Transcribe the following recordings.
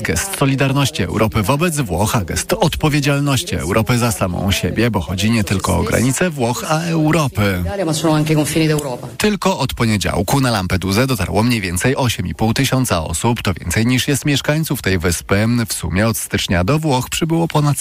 gest solidarności Europy wobec Włoch, a gest odpowiedzialności Europy za samą siebie, bo chodzi nie tylko o granice Włoch, a Europy. Tylko od poniedziałku na Lampedusę dotarło mniej więcej 8,5 tysiąca osób. To więcej niż jest mieszkańców tej wyspy. W sumie od stycznia do Włoch przybyło ponad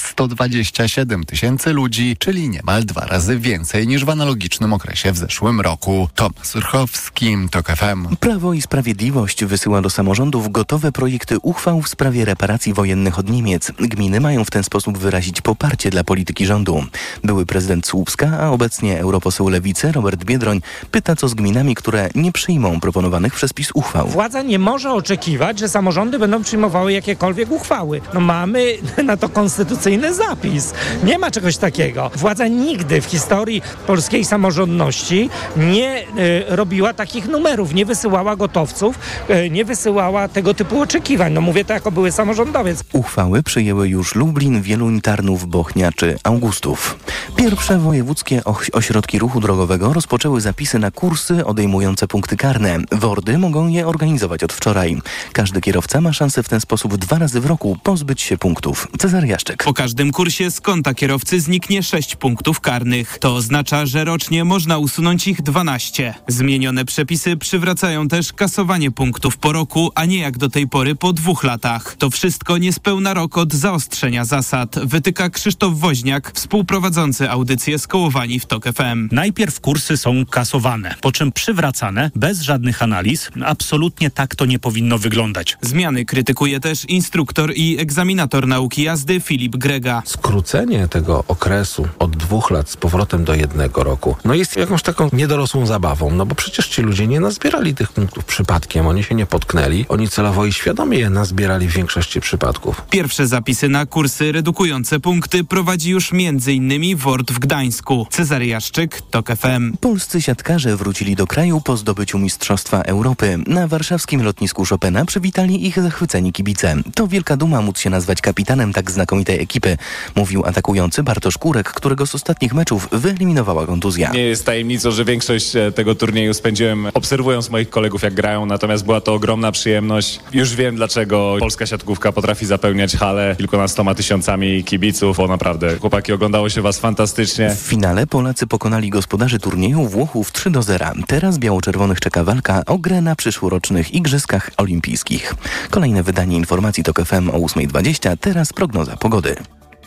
127 tysięcy ludzi, czyli niemal 2 razy więcej niż w analogicznym okresie w zeszłym roku. Tomasz Surchowski, TOK FM. Prawo i Sprawiedliwość wysyła do samorządów gotowe projekty uchwał w sprawie reparacji wojennych od Niemiec. Gminy mają w ten sposób wyrazić poparcie dla polityki rządu. Były prezydent Słupska, a obecnie europoseł Lewicy Robert Biedroń pyta, co z gminami, które nie przyjmą proponowanych przez PiS uchwał. Władza nie może oczekiwać, że samorządy będą przyjmowały jakiekolwiek uchwały. Mamy na to konstytucyjny zapis. Nie ma czegoś takiego. Władza nigdy w historii polskiej samorządności nie robiła takich numerów, nie wysyłała gotowców, nie wysyłała tego typu oczekiwań. Mówię to jako były samorządowiec. Uchwały przyjęły już Lublin, Wieluń, Tarnów, Bochnia czy Augustów. Pierwsze wojewódzkie ośrodki ruchu drogowego rozpoczęły zapisy na kursy odejmujące punkty karne. WORD-y mogą je organizować od wczoraj. Każdy kierowca ma szansę w ten sposób 2 razy w roku pozbyć się punktów. Cezary Jaszczyk. Po każdym kursie z konta kierowcy zniknie 6 punktów karnych. To oznacza, że rocznie można usunąć ich 12. Zmienione przepisy przywracają też kasowanie punktów po roku, a nie jak do tej pory po 2 latach. To wszystko niespełna rok od zaostrzenia zasad, wytyka Krzysztof Woźniak, współprowadzący audycję Skołowani w TOK FM. Najpierw kursy są kasowane, po czym przywracane, bez żadnych analiz. Absolutnie tak to nie powinno wyglądać. Zmiany krytykuje też instruktor i egzaminator nauki jazdy Filip Grega. Skrócenie tego okresu od 2 lat z powrotem do 1 roku, jest jakąś taką niedorosłą zabawą, bo przecież ci ludzie nie nazbierali tych punktów przypadkiem, oni się nie potknęli, oni celowo i świadomie je nazbierali w większości przypadków. Pierwsze zapisy na kursy redukujące punkty prowadzi już m.in. WORD w Gdańsku. Cezary Jaszczyk, TOK FM. Polscy siatkarze wrócili do kraju po zdobyciu Mistrzostwa Europy. Na warszawskim lotnisku Chopina przywitali ich zachwyceni kibice. To wielka duma móc się nazwać kapitanem tak znakomitej ekipy, mówił atakujący Bartosz Kurek, którego z ostatnich meczów wyeliminowała kontuzja. Nie jest tajemnicą, że większość tego turnieju spędziłem obserwując moich kolegów, jak grają, natomiast była to ogromna przyjemność. Już wiem, dlaczego polska siatkówka potrafi zapełniać halę kilkunastoma tysiącami kibiców, bo naprawdę, chłopaki, oglądało się was fantastycznie. W finale Polacy pokonali gospodarzy turnieju Włochów 3-0. Teraz biało-czerwonych czeka walka o grę na przyszłorocznych Igrzyskach Olimpijskich. Kolejne wydanie informacji TOK FM o 8:20, teraz prognoza pogody.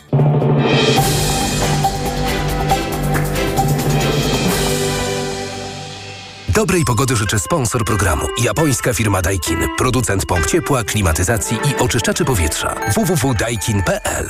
Dobrej pogody życzę sponsor programu. Japońska firma Daikin. Producent pomp ciepła, klimatyzacji i oczyszczaczy powietrza. www.daikin.pl.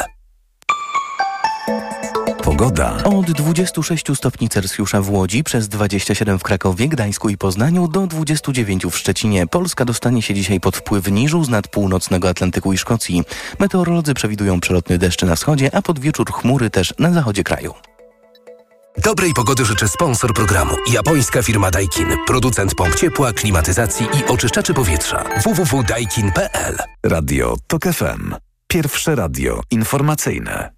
Pogoda. Od 26 stopni Celsjusza w Łodzi, przez 27 w Krakowie, Gdańsku i Poznaniu do 29 w Szczecinie. Polska dostanie się dzisiaj pod wpływ niżu z nad północnego Atlantyku i Szkocji. Meteorolodzy przewidują przelotny deszcz na wschodzie, a pod wieczór chmury też na zachodzie kraju. Dobrej pogody życzę sponsor programu. Japońska firma Daikin. Producent pomp ciepła, klimatyzacji i oczyszczaczy powietrza. www.daikin.pl. Radio TOK FM. Pierwsze radio informacyjne.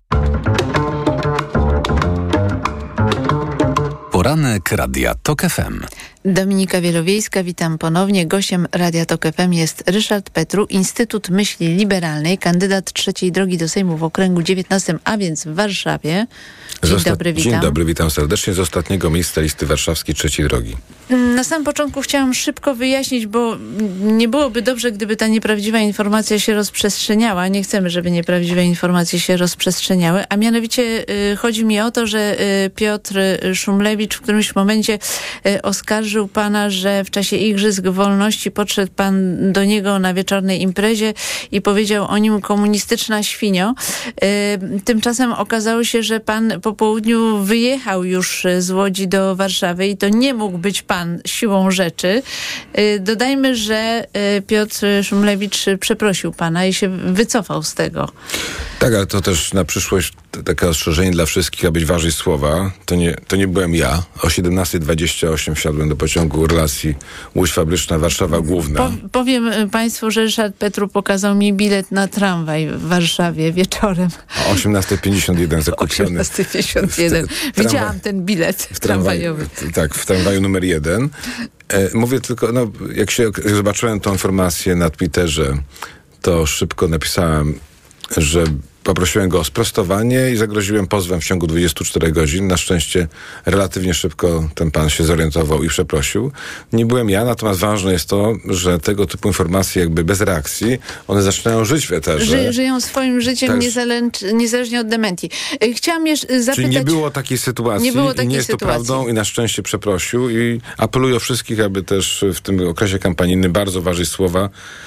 Poranek Radia TOK FM. Dominika Wielowiejska, witam ponownie. Gościem Radia TOK FM jest Ryszard Petru, Instytut Myśli Liberalnej, kandydat trzeciej drogi do Sejmu w okręgu 19, a więc w Warszawie. Dzień dobry, witam. Dzień dobry, witam serdecznie z ostatniego miejsca listy warszawskiej trzeciej drogi. Na samym początku chciałam szybko wyjaśnić, bo nie byłoby dobrze, gdyby ta nieprawdziwa informacja się rozprzestrzeniała. Nie chcemy, żeby nieprawdziwe informacje się rozprzestrzeniały, a mianowicie chodzi mi o to, że Piotr Szumlewicz w którymś momencie oskarżył pana, że w czasie Igrzysk Wolności podszedł pan do niego na wieczornej imprezie i powiedział o nim komunistyczna świnio. Tymczasem okazało się, że pan po południu wyjechał już z Łodzi do Warszawy i to nie mógł być pan siłą rzeczy. Dodajmy, że Piotr Szumlewicz przeprosił pana i się wycofał z tego. Tak, ale to też na przyszłość takie ostrzeżenie dla wszystkich, aby ważyć słowa. To nie byłem ja. O 17:28 wsiadłem do pociągu relacji Łódź Fabryczna, Warszawa Główna. Powiem państwu, że Ryszard Petru pokazał mi bilet na tramwaj w Warszawie wieczorem. O 18:51 zakupiony. 18:51. Widziałam ten bilet tramwajowy. Tak, w tramwaju numer 1. Mówię tylko, jak zobaczyłem tą informację na Twitterze, to szybko napisałem, że poprosiłem go o sprostowanie i zagroziłem pozwem w ciągu 24 godzin. Na szczęście relatywnie szybko ten pan się zorientował i przeprosił. Nie byłem ja, natomiast ważne jest to, że tego typu informacje jakby bez reakcji, one zaczynają żyć w eterze. Żyją swoim życiem tak, niezależnie od dementi. Chciałam jeszcze zapytać... Czyli nie było takiej sytuacji i nie jest to prawdą i na szczęście przeprosił i apeluję o wszystkich, aby też w tym okresie kampanijnym bardzo ważyć słowa.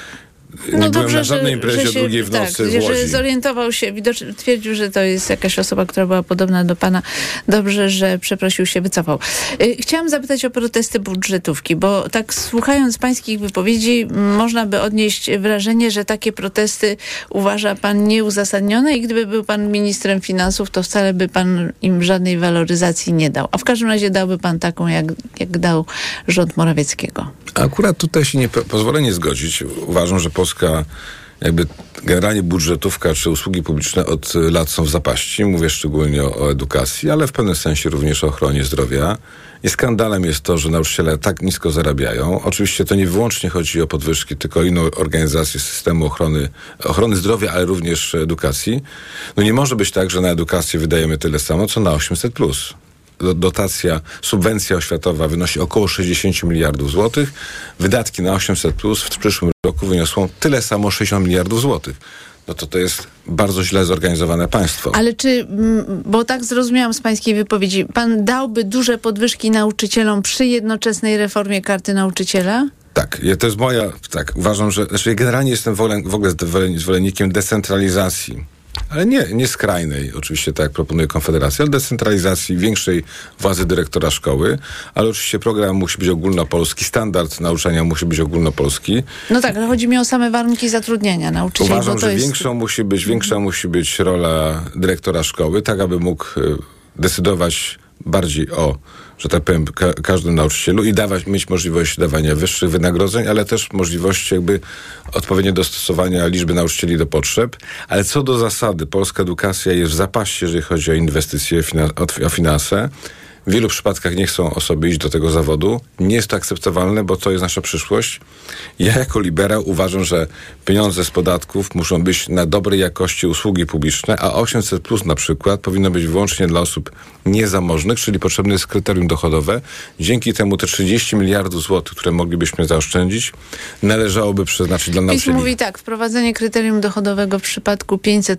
Nie byłem na żadnej imprezie o drugiej w nocy w Łodzi. Że zorientował się, widocznie twierdził, że to jest jakaś osoba, która była podobna do pana. Dobrze, że przeprosił się, wycofał. Chciałam zapytać o protesty budżetówki, bo tak słuchając pańskich wypowiedzi można by odnieść wrażenie, że takie protesty uważa pan nieuzasadnione i gdyby był pan ministrem finansów, to wcale by pan im żadnej waloryzacji nie dał. A w każdym razie dałby pan taką, jak dał rząd Morawieckiego. Akurat tutaj się nie pozwolę nie zgodzić. Uważam, że Polska jakby generalnie budżetówka czy usługi publiczne od lat są w zapaści. Mówię szczególnie o edukacji, ale w pewnym sensie również o ochronie zdrowia. I skandalem jest to, że nauczyciele tak nisko zarabiają. Oczywiście to nie wyłącznie chodzi o podwyżki, tylko o inną organizację systemu ochrony zdrowia, ale również edukacji. No nie może być tak, że na edukację wydajemy tyle samo, co na 800+. Dotacja, subwencja oświatowa wynosi około 60 miliardów złotych. Wydatki na 800+ w przyszłym roku wyniosą tyle samo 60 miliardów złotych. No to jest bardzo źle zorganizowane państwo. Ale czy, bo tak zrozumiałam z pańskiej wypowiedzi, pan dałby duże podwyżki nauczycielom przy jednoczesnej reformie Karty Nauczyciela? Tak, to jest uważam, że generalnie jestem w ogóle zwolennikiem decentralizacji. Ale nie skrajnej, oczywiście tak jak proponuje Konfederacja, ale decentralizacji większej władzy dyrektora szkoły, ale oczywiście program musi być ogólnopolski, standard nauczania musi być ogólnopolski. No tak, ale chodzi mi o same warunki zatrudniania nauczycieli. Uważam, że większa musi być rola dyrektora szkoły, tak aby mógł decydować bardziej o, że tak powiem, każdym nauczycielu i mieć możliwość dawania wyższych wynagrodzeń, ale też możliwość jakby odpowiednio dostosowania liczby nauczycieli do potrzeb. Ale co do zasady, polska edukacja jest w zapaści, jeżeli chodzi o inwestycje, o finanse. W wielu przypadkach nie chcą osoby iść do tego zawodu. Nie jest to akceptowalne, bo to jest nasza przyszłość. Ja jako liberał uważam, że pieniądze z podatków muszą być na dobrej jakości usługi publiczne, a 800+ na przykład powinno być wyłącznie dla osób niezamożnych, czyli potrzebne jest kryterium dochodowe. Dzięki temu te 30 miliardów złotych, które moglibyśmy zaoszczędzić, należałoby przeznaczyć dla nauczycieli. PiS mówi tak, wprowadzenie kryterium dochodowego w przypadku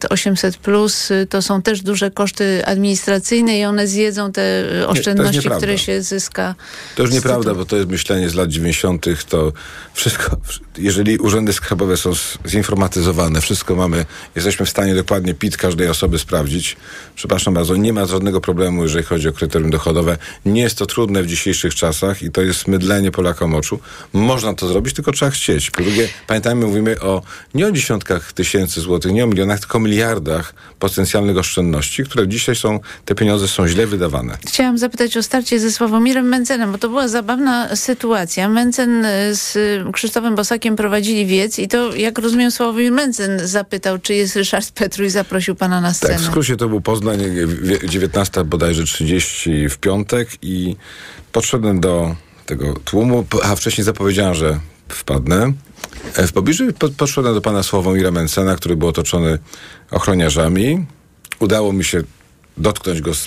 500-800+, to są też duże koszty administracyjne i one zjedzą te oszczędności, które się zyska. To już nieprawda, bo to jest myślenie z lat 90. To wszystko, jeżeli urzędy skarbowe są zinformatyzowane, wszystko jesteśmy w stanie dokładnie PIT każdej osoby sprawdzić. Przepraszam bardzo, nie ma żadnego problemu, jeżeli chodzi o kryterium dochodowe. Nie jest to trudne w dzisiejszych czasach i to jest mydlenie Polakom oczu. Można to zrobić, tylko trzeba chcieć. Po drugie, pamiętajmy, mówimy nie o dziesiątkach tysięcy złotych, nie o milionach, tylko o miliardach potencjalnych oszczędności, które dzisiaj te pieniądze są źle wydawane. Chciałam zapytać o starcie ze Sławomirem Mencenem, bo to była zabawna sytuacja. Mencen z Krzysztofem Bosakiem prowadzili wiec i to, jak rozumiem, Sławomir Mencen zapytał, czy jest Ryszard Petru i zaprosił pana na scenę. Tak, w skrócie to był Poznań, 19 bodajże 30 w piątek i podszedłem do tego tłumu, a wcześniej zapowiedziałem, że wpadnę. W pobliżu podszedłem do pana Sławomira Mencena, który był otoczony ochroniarzami. Udało mi się dotknąć go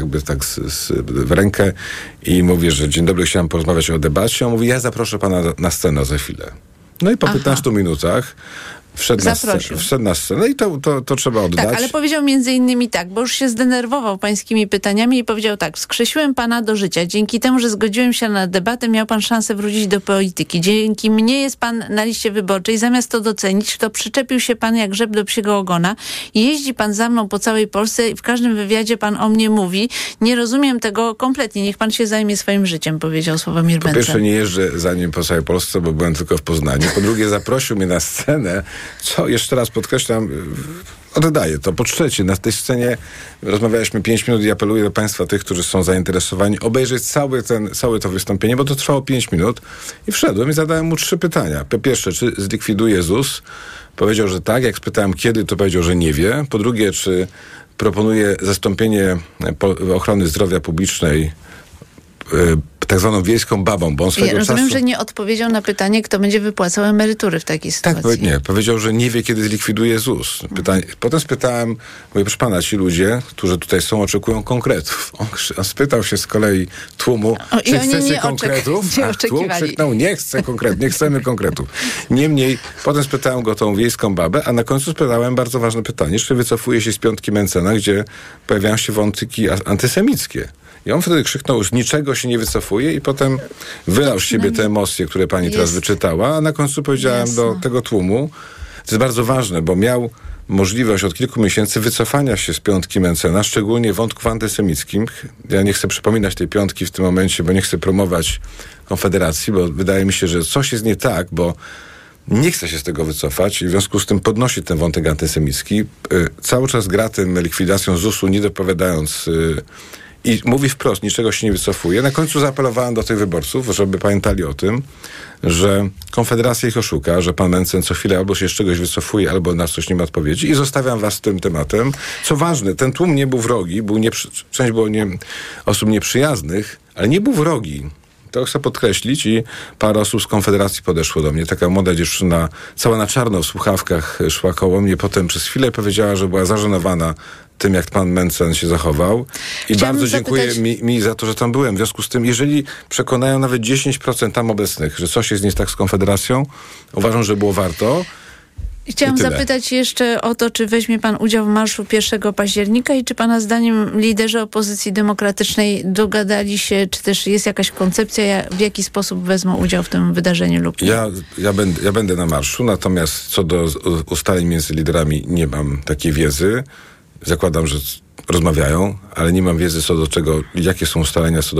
w rękę i mówię, że dzień dobry, chciałem porozmawiać o debacie. On mówi, ja zaproszę pana na scenę za chwilę. No i po 15 minutach wszedł na scenę i to trzeba oddać. Tak, ale powiedział między innymi tak, bo już się zdenerwował pańskimi pytaniami i powiedział tak, wskrzesiłem pana do życia. Dzięki temu, że zgodziłem się na debatę, miał pan szansę wrócić do polityki. Dzięki mnie jest pan na liście wyborczej. Zamiast to docenić, to przyczepił się pan jak rzep do psiego ogona i jeździ pan za mną po całej Polsce i w każdym wywiadzie pan o mnie mówi. Nie rozumiem tego kompletnie. Niech pan się zajmie swoim życiem, powiedział Sławomir Mencen. Po pierwsze, nie jeżdżę za nim po całej Polsce, bo byłem tylko w Poznaniu. Po drugie, zaprosił mnie na scenę, co jeszcze raz podkreślam, oddaję to. Po trzecie, na tej scenie rozmawialiśmy 5 minut i apeluję do państwa, tych, którzy są zainteresowani, obejrzeć całe to wystąpienie, bo to trwało 5 minut i wszedłem i zadałem mu 3 pytania. Po pierwsze, czy zlikwiduje ZUS? Powiedział, że tak. Jak spytałem kiedy, to powiedział, że nie wie. Po drugie, czy proponuje zastąpienie ochrony zdrowia publicznej tak zwaną wiejską babą, bo on swego Ja rozumiem, czasu... że nie odpowiedział na pytanie, kto będzie wypłacał emerytury w takiej sytuacji. Tak, nie. Powiedział, że nie wie, kiedy zlikwiduje ZUS. Potem spytałem, mówię, proszę pana, ci ludzie, którzy tutaj są, oczekują konkretów. On spytał się z kolei tłumu, czy chcecie konkretów? A tłum krzyknął, nie chcę konkretów, nie chcemy konkretów. Niemniej, potem spytałem go o tą wiejską babę, a na końcu spytałem bardzo ważne pytanie, czy wycofuje się z piątki Mentzena, gdzie pojawiają się wątki antysemickie. I on wtedy krzyknął, z niczego się nie wycofuje i potem wylał z siebie te emocje, które pani teraz wyczytała, a na końcu powiedziałem do tego tłumu, to jest bardzo ważne, bo miał możliwość od kilku miesięcy wycofania się z piątki Mentzena, szczególnie wątków antysemickich. Ja nie chcę przypominać tej piątki w tym momencie, bo nie chcę promować Konfederacji, bo wydaje mi się, że coś jest nie tak, bo nie chce się z tego wycofać i w związku z tym podnosi ten wątek antysemicki. Cały czas gra tym likwidacją ZUS-u, nie dopowiadając i mówi wprost, niczego się nie wycofuje. Na końcu zaapelowałem do tych wyborców, żeby pamiętali o tym, że Konfederacja ich oszuka, że pan Mentzen co chwilę albo się z czegoś wycofuje, albo na coś nie ma odpowiedzi i zostawiam was z tym tematem. Co ważne, ten tłum nie był wrogi, część było osób nieprzyjaznych, ale nie był wrogi. To chcę podkreślić i parę osób z Konfederacji podeszło do mnie. Taka młoda dziewczyna, cała na czarno w słuchawkach szła koło mnie, potem przez chwilę powiedziała, że była zażenowana tym, jak pan Mentzen się zachował. I bardzo dziękuję mi za to, że tam byłem. W związku z tym, jeżeli przekonają nawet 10% tam obecnych, że coś jest nie tak z Konfederacją, uważam, że było warto. Chciałam zapytać jeszcze o to, czy weźmie pan udział w marszu 1 października i czy pana zdaniem liderzy opozycji demokratycznej dogadali się, czy też jest jakaś koncepcja, w jaki sposób wezmą udział w tym wydarzeniu lub nie? Ja będę na marszu, natomiast co do ustaleń między liderami nie mam takiej wiedzy. Zakładam, że rozmawiają, ale nie mam wiedzy co do czego, jakie są ustalenia co do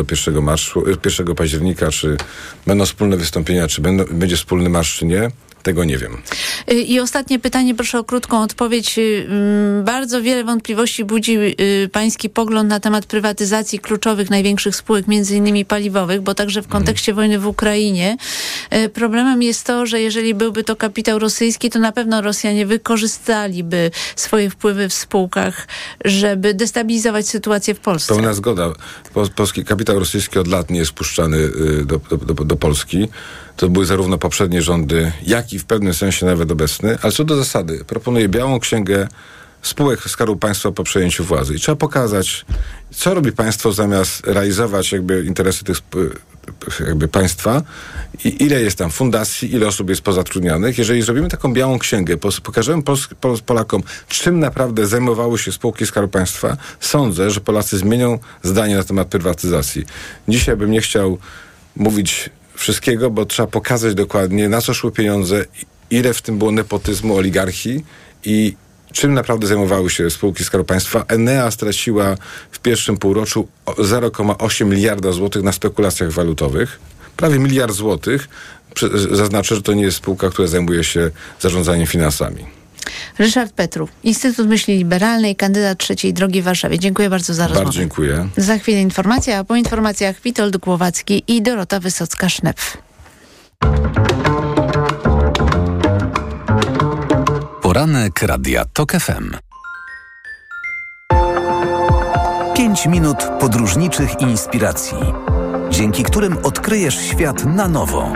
1 października, czy będą wspólne wystąpienia, czy będzie wspólny marsz, czy nie. Tego nie wiem. I ostatnie pytanie, proszę o krótką odpowiedź. Bardzo wiele wątpliwości budzi pański pogląd na temat prywatyzacji kluczowych, największych spółek, między innymi paliwowych, bo także w kontekście wojny w Ukrainie problemem jest to, że jeżeli byłby to kapitał rosyjski, to na pewno Rosjanie wykorzystaliby swoje wpływy w spółkach, żeby destabilizować sytuację w Polsce. Pełna zgoda. Polski kapitał rosyjski od lat nie jest wpuszczany do Polski. To były zarówno poprzednie rządy, jak i w pewnym sensie nawet obecny. Ale co do zasady, proponuję białą księgę spółek Skarbu Państwa po przejęciu władzy. I trzeba pokazać, co robi państwo zamiast realizować interesy tych państwa i ile jest tam fundacji, ile osób jest pozatrudnionych. Jeżeli zrobimy taką białą księgę, pokażemy Polakom, czym naprawdę zajmowały się spółki Skarbu Państwa, sądzę, że Polacy zmienią zdanie na temat prywatyzacji. Dzisiaj bym nie chciał mówić wszystkiego, bo trzeba pokazać dokładnie, na co szły pieniądze, ile w tym było nepotyzmu, oligarchii i czym naprawdę zajmowały się spółki Skarbu Państwa. Enea straciła w pierwszym półroczu 0,8 miliarda złotych na spekulacjach walutowych. Prawie 1 miliard złotych. Zaznaczę, że to nie jest spółka, która zajmuje się zarządzaniem finansami. Ryszard Petru, Instytut Myśli Liberalnej, kandydat Trzeciej Drogi w Warszawie. Dziękuję bardzo za rozmowę. Bardzo dziękuję. Za chwilę informacja, a po informacjach Witold Głowacki i Dorota Wysocka-Sznepf. Poranek Radia TOK FM. 5 minut podróżniczych inspiracji, dzięki którym odkryjesz świat na nowo.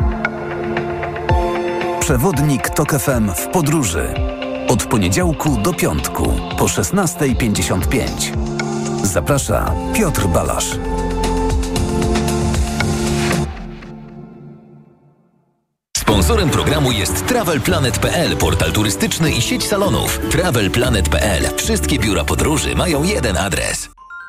Przewodnik TOK FM w podróży. Od poniedziałku do piątku po 16:55. Zaprasza Piotr Balasz. Sponsorem programu jest TravelPlanet.pl, portal turystyczny i sieć salonów. TravelPlanet.pl. Wszystkie biura podróży mają jeden adres.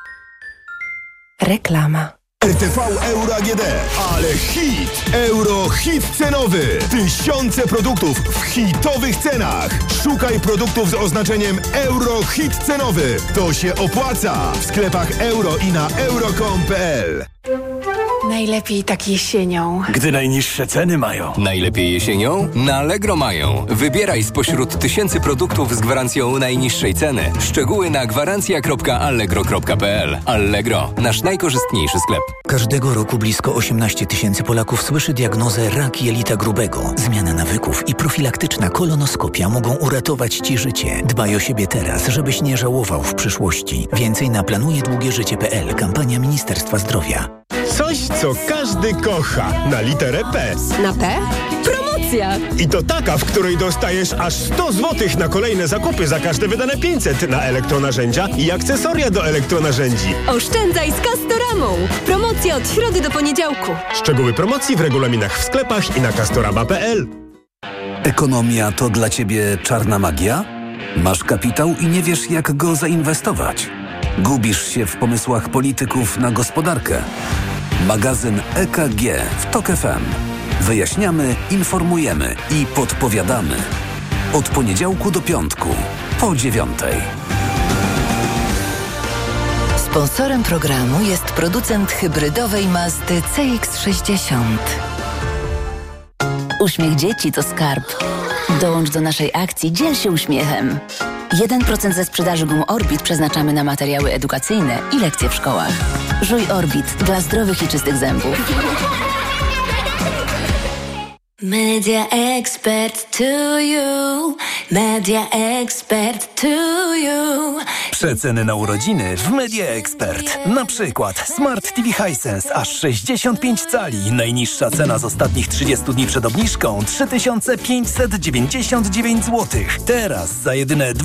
Reklama. RTV Euro AGD, ale hit! Euro hit cenowy! Tysiące produktów w hitowych cenach. Szukaj produktów z oznaczeniem Euro hit cenowy. To się opłaca! W sklepach euro i na euro.com.pl. Najlepiej tak jesienią. Gdy najniższe ceny mają. Najlepiej jesienią? Na Allegro mają. Wybieraj spośród tysięcy produktów z gwarancją najniższej ceny. Szczegóły na gwarancja.allegro.pl. Allegro, nasz najkorzystniejszy sklep. Każdego roku blisko 18 tysięcy Polaków słyszy diagnozę rak jelita grubego. Zmiana nawyków i profilaktyczna kolonoskopia mogą uratować Ci życie. Dbaj o siebie teraz, żebyś nie żałował w przyszłości. Więcej na planujedługieżycie.pl. Kampania Ministerstwa Zdrowia. Coś, co każdy kocha. Na literę P. Na P? Promocja! I to taka, w której dostajesz aż 100 zł na kolejne zakupy za każde wydane 500 na elektronarzędzia i akcesoria do elektronarzędzi. Oszczędzaj z Castoramą! Promocja od środy do poniedziałku. Szczegóły promocji w regulaminach w sklepach i na castorama.pl. Ekonomia to dla Ciebie czarna magia? Masz kapitał i nie wiesz, jak go zainwestować? Gubisz się w pomysłach polityków na gospodarkę? Magazyn EKG w TOK FM. Wyjaśniamy, informujemy i podpowiadamy. Od poniedziałku do piątku, po 9:00. Sponsorem programu jest producent hybrydowej Mazdy CX-60. Uśmiech dzieci to skarb. Dołącz do naszej akcji Dziel się uśmiechem. 1% ze sprzedaży gum Orbit przeznaczamy na materiały edukacyjne i lekcje w szkołach. Żuj Orbit dla zdrowych i czystych zębów. Media Expert to you. Media Expert to you. Przeceny na urodziny w Media Expert. Na przykład Smart TV Hisense aż 65 cali. Najniższa cena z ostatnich 30 dni przed obniżką 3599 zł. Teraz za jedyne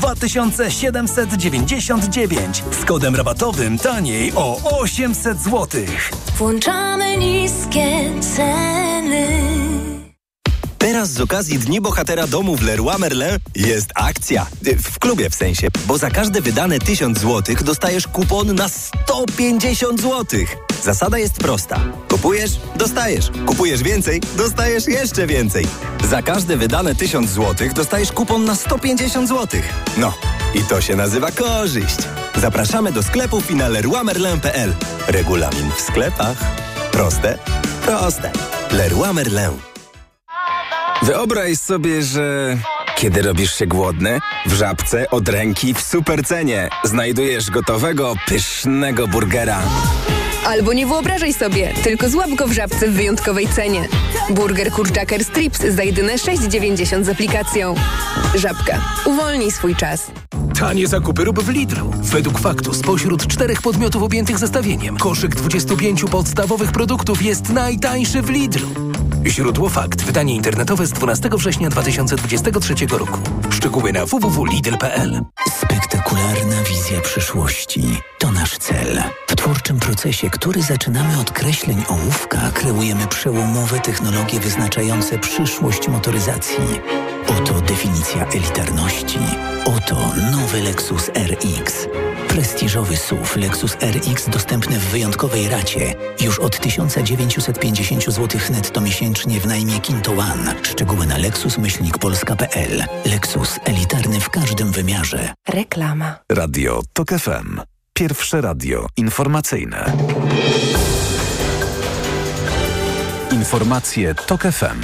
2799. Z kodem rabatowym taniej o 800 zł. Włączamy niskie ceny. Teraz z okazji Dni Bohatera Domu w Leroy Merlin jest akcja. W klubie w sensie. Bo za każde wydane 1000 zł dostajesz kupon na 150 zł. Zasada jest prosta. Kupujesz, dostajesz. Kupujesz więcej, dostajesz jeszcze więcej. Za każde wydane 1000 zł dostajesz kupon na 150 zł. No, i to się nazywa korzyść. Zapraszamy do sklepów i na leroymerlin.pl. Regulamin w sklepach. Proste? Proste. Leroy Merlin. Wyobraź sobie, że kiedy robisz się głodny, w Żabce od ręki w supercenie znajdujesz gotowego, pysznego burgera. Albo nie wyobrażaj sobie, tylko złap go w Żabce w wyjątkowej cenie. Burger kurczaker Strips za jedyne 6,90 z aplikacją. Żabka. Uwolnij swój czas. Tanie zakupy rób w Lidlu. Według faktu spośród 4 podmiotów objętych zestawieniem koszyk 25 podstawowych produktów jest najtańszy w Lidlu. Źródło Fakt. Wydanie internetowe z 12 września 2023 roku. Szczegóły na www.lidl.pl. Spektakularna wizja przyszłości to nasz cel. W twórczym procesie, który zaczynamy od kreśleń ołówka, kreujemy przełomowe technologie wyznaczające przyszłość motoryzacji. Oto definicja elitarności. Oto nowy Lexus RX. Prestiżowy SUV Lexus RX dostępny w wyjątkowej racie. Już od 1950 zł netto miesięcznie w najmie Kinto One. Szczegóły na lexus-polska.pl. Lexus elitarny w każdym wymiarze. Reklama. Radio TOK FM. Pierwsze radio informacyjne. Informacje TOK FM.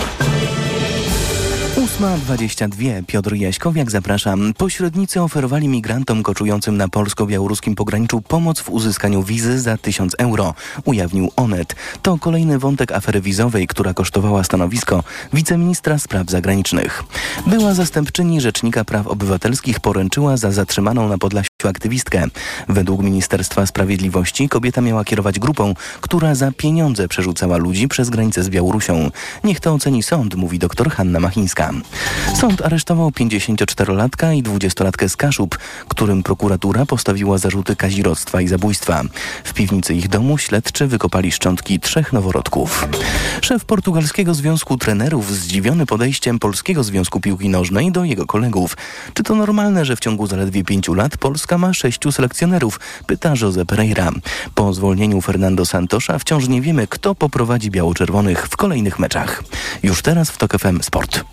8:22. Piotr Jaśkowiak, zapraszam. Pośrednicy oferowali migrantom koczującym na polsko-białoruskim pograniczu pomoc w uzyskaniu wizy za 1000 euro, ujawnił Onet. To kolejny wątek afery wizowej, która kosztowała stanowisko wiceministra spraw zagranicznych. Była zastępczyni Rzecznika Praw Obywatelskich poręczyła za zatrzymaną na Podlasiu aktywistkę. Według Ministerstwa Sprawiedliwości kobieta miała kierować grupą, która za pieniądze przerzucała ludzi przez granicę z Białorusią. Niech to oceni sąd, mówi dr Hanna Machińska. Sąd aresztował 54-latka i 20-latkę z Kaszub, którym prokuratura postawiła zarzuty kazirodztwa i zabójstwa. W piwnicy ich domu śledczy wykopali szczątki 3 noworodków. Szef portugalskiego Związku Trenerów zdziwiony podejściem Polskiego Związku Piłki Nożnej do jego kolegów. Czy to normalne, że w ciągu zaledwie 5 lat Polska ma 6 selekcjonerów? Pyta José Pereira. Po zwolnieniu Fernando Santosza wciąż nie wiemy, kto poprowadzi biało-czerwonych w kolejnych meczach. Już teraz w TOK FM Sport.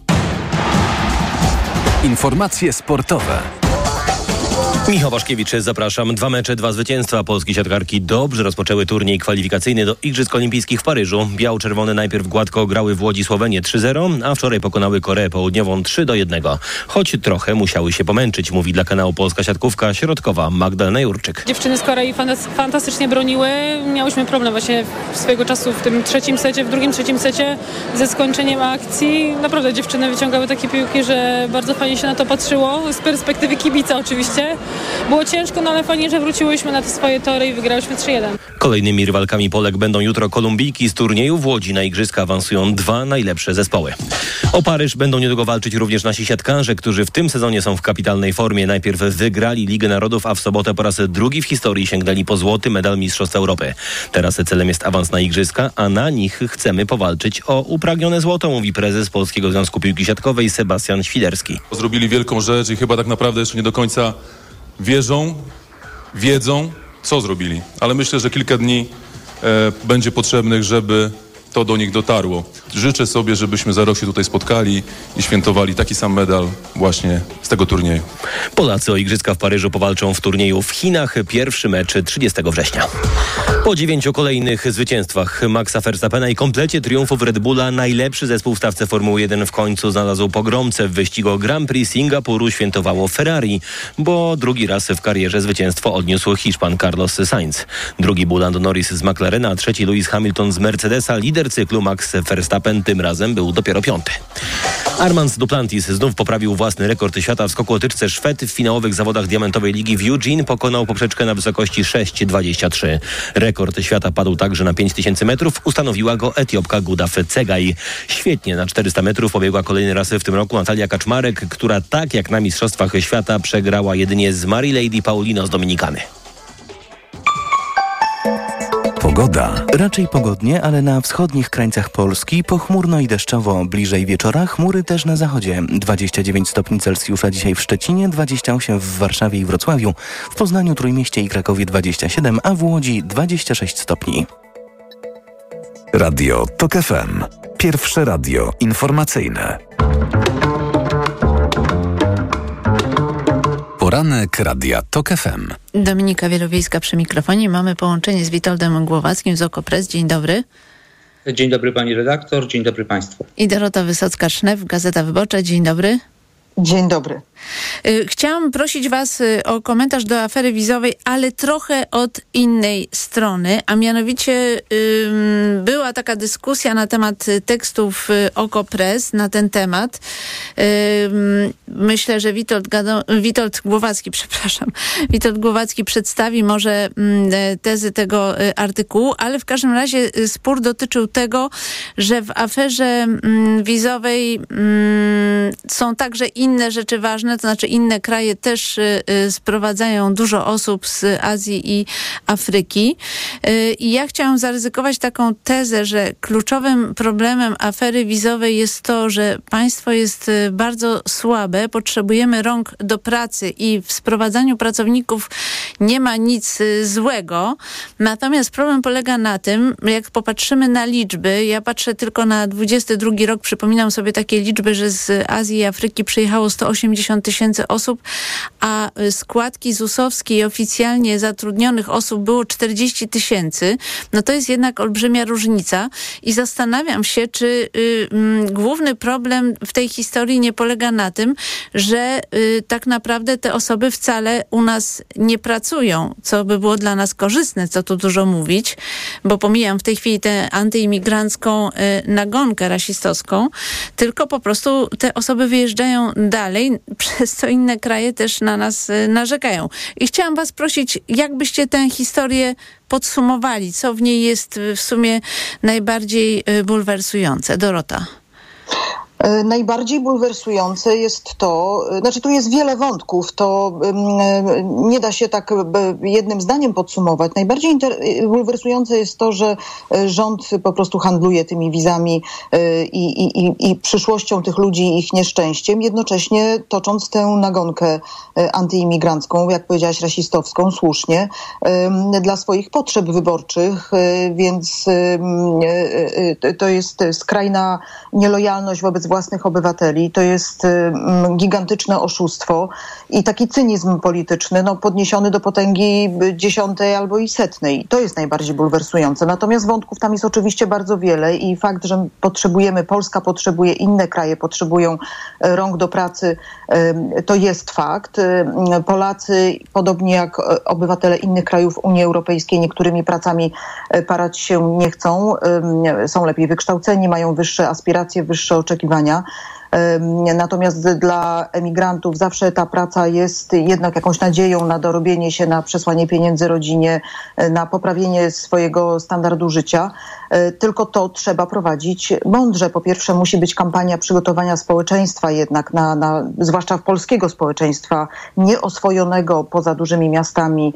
Informacje sportowe. Michał Waszkiewicz, zapraszam. 2 mecze, 2 zwycięstwa. Polskie siatkarki dobrze rozpoczęły turniej kwalifikacyjny do Igrzysk Olimpijskich w Paryżu. Biało-czerwone najpierw gładko grały w Łodzi Słowenię 3-0, a wczoraj pokonały Koreę Południową 3-1. Choć trochę musiały się pomęczyć, mówi dla kanału Polska Siatkówka środkowa Magdalena Jurczyk. Dziewczyny z Korei fantastycznie broniły. Miałyśmy problem właśnie swojego czasu w tym trzecim secie ze skończeniem akcji. Naprawdę dziewczyny wyciągały takie piłki, że bardzo fajnie się na to patrzyło. Z perspektywy kibica oczywiście. było ciężko, no ale fajnie, że wróciłyśmy na te swoje tory i wygrałyśmy 3-1. Kolejnymi rywalkami Polek będą jutro Kolumbijki. Z turnieju w Łodzi na igrzyska awansują 2 najlepsze zespoły. O Paryż będą niedługo walczyć również nasi siatkarze, którzy w tym sezonie są w kapitalnej formie. Najpierw wygrali Ligę Narodów, a w sobotę po raz drugi w historii sięgnęli po złoty medal Mistrzostw Europy. Teraz celem jest awans na igrzyska, a na nich chcemy powalczyć o upragnione złoto, mówi prezes Polskiego Związku Piłki Siatkowej Sebastian Świderski. Zrobili wielką rzecz i chyba tak naprawdę jeszcze nie do końca wiedzą, co zrobili. Ale myślę, że kilka dni będzie potrzebnych, żeby to do nich dotarło. Życzę sobie, żebyśmy za rok się tutaj spotkali i świętowali taki sam medal właśnie z tego turnieju. Polacy o igrzyska w Paryżu powalczą w turnieju w Chinach. Pierwszy mecz 30 września. Po 9 kolejnych zwycięstwach Maxa Verstappena i komplecie triumfów Red Bulla najlepszy zespół w stawce Formuły 1 w końcu znalazł pogromcę. W wyścigu Grand Prix Singapuru świętowało Ferrari, bo drugi raz w karierze zwycięstwo odniósł Hiszpan Carlos Sainz. Drugi był Lando Norris z McLarena, a trzeci Lewis Hamilton z Mercedesa. Lider cyklu Max Verstappen tym razem był dopiero 5. Armand Duplantis znów poprawił własny rekord świata w skoku o tyczce. Szwed w finałowych zawodach diamentowej ligi w Eugene pokonał poprzeczkę na wysokości 6,23. Rekord świata padł także na 5000 metrów. Ustanowiła go Etiopka Gudaf Cegaj. Świetnie na 400 metrów pobiegła kolejny raz w tym roku Natalia Kaczmarek, która tak jak na Mistrzostwach Świata przegrała jedynie z Marilady Paulino z Dominikany. Pogoda. Raczej pogodnie, ale na wschodnich krańcach Polski pochmurno i deszczowo. Bliżej wieczora chmury też na zachodzie. 29 stopni Celsjusza dzisiaj w Szczecinie, 28 w Warszawie i Wrocławiu, w Poznaniu, Trójmieście i Krakowie 27, a w Łodzi 26 stopni. Radio TOK FM. Pierwsze radio informacyjne. Poranek Radia TOK FM. Dominika Wielowiejska przy mikrofonie. Mamy połączenie z Witoldem Głowackim z OKO.press. Dzień dobry. Dzień dobry pani redaktor, dzień dobry państwu. I Dorota Wysocka-Sznef, Gazeta Wyborcza. Dzień dobry. Dzień dobry. Chciałam prosić was o komentarz do afery wizowej, ale trochę od innej strony, a mianowicie była taka dyskusja na temat tekstów OKO.press na ten temat. Myślę, że Witold Głowacki przedstawi może tezy tego artykułu, ale w każdym razie spór dotyczył tego, że w aferze wizowej są także inne rzeczy ważne, to znaczy inne kraje też sprowadzają dużo osób z Azji i Afryki. I ja chciałam zaryzykować taką tezę, że kluczowym problemem afery wizowej jest to, że państwo jest bardzo słabe, potrzebujemy rąk do pracy i w sprowadzaniu pracowników nie ma nic złego. Natomiast problem polega na tym, jak popatrzymy na liczby, ja patrzę tylko na 22 rok, przypominam sobie takie liczby, że z Azji i Afryki przyjechało 180 000 osób, a składki ZUS-owskie i oficjalnie zatrudnionych osób było 40 000. No to jest jednak olbrzymia różnica i zastanawiam się, czy główny problem w tej historii nie polega na tym, że tak naprawdę te osoby wcale u nas nie pracują, co by było dla nas korzystne, co tu dużo mówić, bo pomijam w tej chwili tę antyimigrancką nagonkę rasistowską, tylko po prostu te osoby wyjeżdżają dalej, przez co inne kraje też na nas narzekają. I chciałam was prosić, jakbyście tę historię podsumowali, co w niej jest w sumie najbardziej bulwersujące. Dorota. Najbardziej bulwersujące jest to, znaczy tu jest wiele wątków, to nie da się tak jednym zdaniem podsumować. Najbardziej bulwersujące jest to, że rząd po prostu handluje tymi wizami i przyszłością tych ludzi i ich nieszczęściem, jednocześnie tocząc tę nagonkę antyimigrancką, jak powiedziałaś, rasistowską, słusznie, dla swoich potrzeb wyborczych, więc to jest skrajna nielojalność wobec własnych obywateli. To jest gigantyczne oszustwo i taki cynizm polityczny, podniesiony do potęgi 10 albo i 100. To jest najbardziej bulwersujące. Natomiast wątków tam jest oczywiście bardzo wiele i fakt, że Polska potrzebuje, inne kraje potrzebują rąk do pracy, to jest fakt. Polacy, podobnie jak obywatele innych krajów Unii Europejskiej, niektórymi pracami parać się nie chcą, są lepiej wykształceni, mają wyższe aspiracje, wyższe oczekiwania. Natomiast dla emigrantów zawsze ta praca jest jednak jakąś nadzieją na dorobienie się, na przesłanie pieniędzy rodzinie, na poprawienie swojego standardu życia. Tylko to trzeba prowadzić mądrze. Po pierwsze musi być kampania przygotowania społeczeństwa jednak, zwłaszcza polskiego społeczeństwa, nieoswojonego poza dużymi miastami,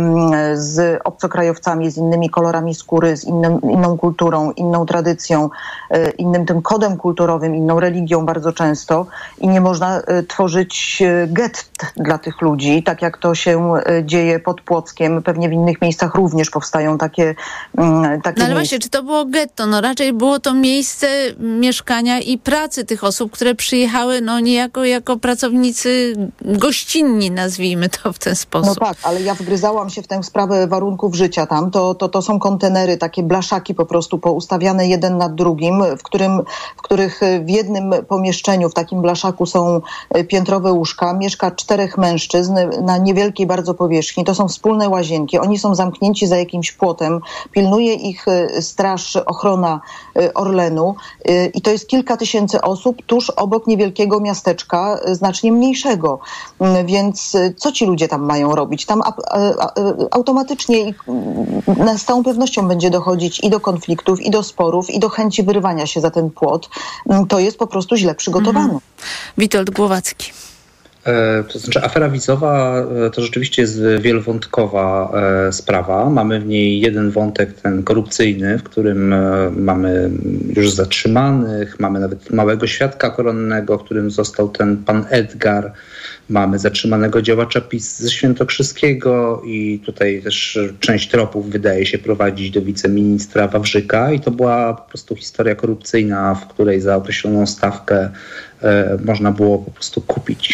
z obcokrajowcami, z innymi kolorami skóry, z inną kulturą, inną tradycją, innym tym kodem kulturowym, inną religią bardzo często i nie można tworzyć gett dla tych ludzi, tak jak to się dzieje pod Płockiem. Pewnie w innych miejscach również powstają takie ale właśnie, czy to było getto? No raczej było to miejsce mieszkania i pracy tych osób, które przyjechały niejako jako pracownicy gościnni, nazwijmy to w ten sposób. No tak, ale ja wgryzałam się w tę sprawę warunków życia tam. To są kontenery, takie blaszaki po prostu poustawiane jeden nad drugim, w których w jednym pomieszczeniu, w takim blaszaku są piętrowe łóżka, mieszka 4 mężczyzn na niewielkiej bardzo powierzchni. To są wspólne łazienki. Oni są zamknięci za jakimś płotem. Pilnuje ich straż, ochrona Orlenu i to jest kilka tysięcy osób tuż obok niewielkiego miasteczka, znacznie mniejszego. Więc co ci ludzie tam mają robić? Tam automatycznie i z całą pewnością będzie dochodzić i do konfliktów, i do sporów, i do chęci wyrwania się za ten płot. To jest po prostu źle przygotowane. Witold Głowacki. To znaczy afera wizowa to rzeczywiście jest wielowątkowa sprawa. Mamy w niej jeden wątek, ten korupcyjny, w którym mamy już zatrzymanych, mamy nawet małego świadka koronnego, którym został ten pan Edgar. Mamy zatrzymanego działacza PiS ze Świętokrzyskiego i tutaj też część tropów wydaje się prowadzić do wiceministra Wawrzyka i to była po prostu historia korupcyjna, w której za określoną stawkę można było po prostu kupić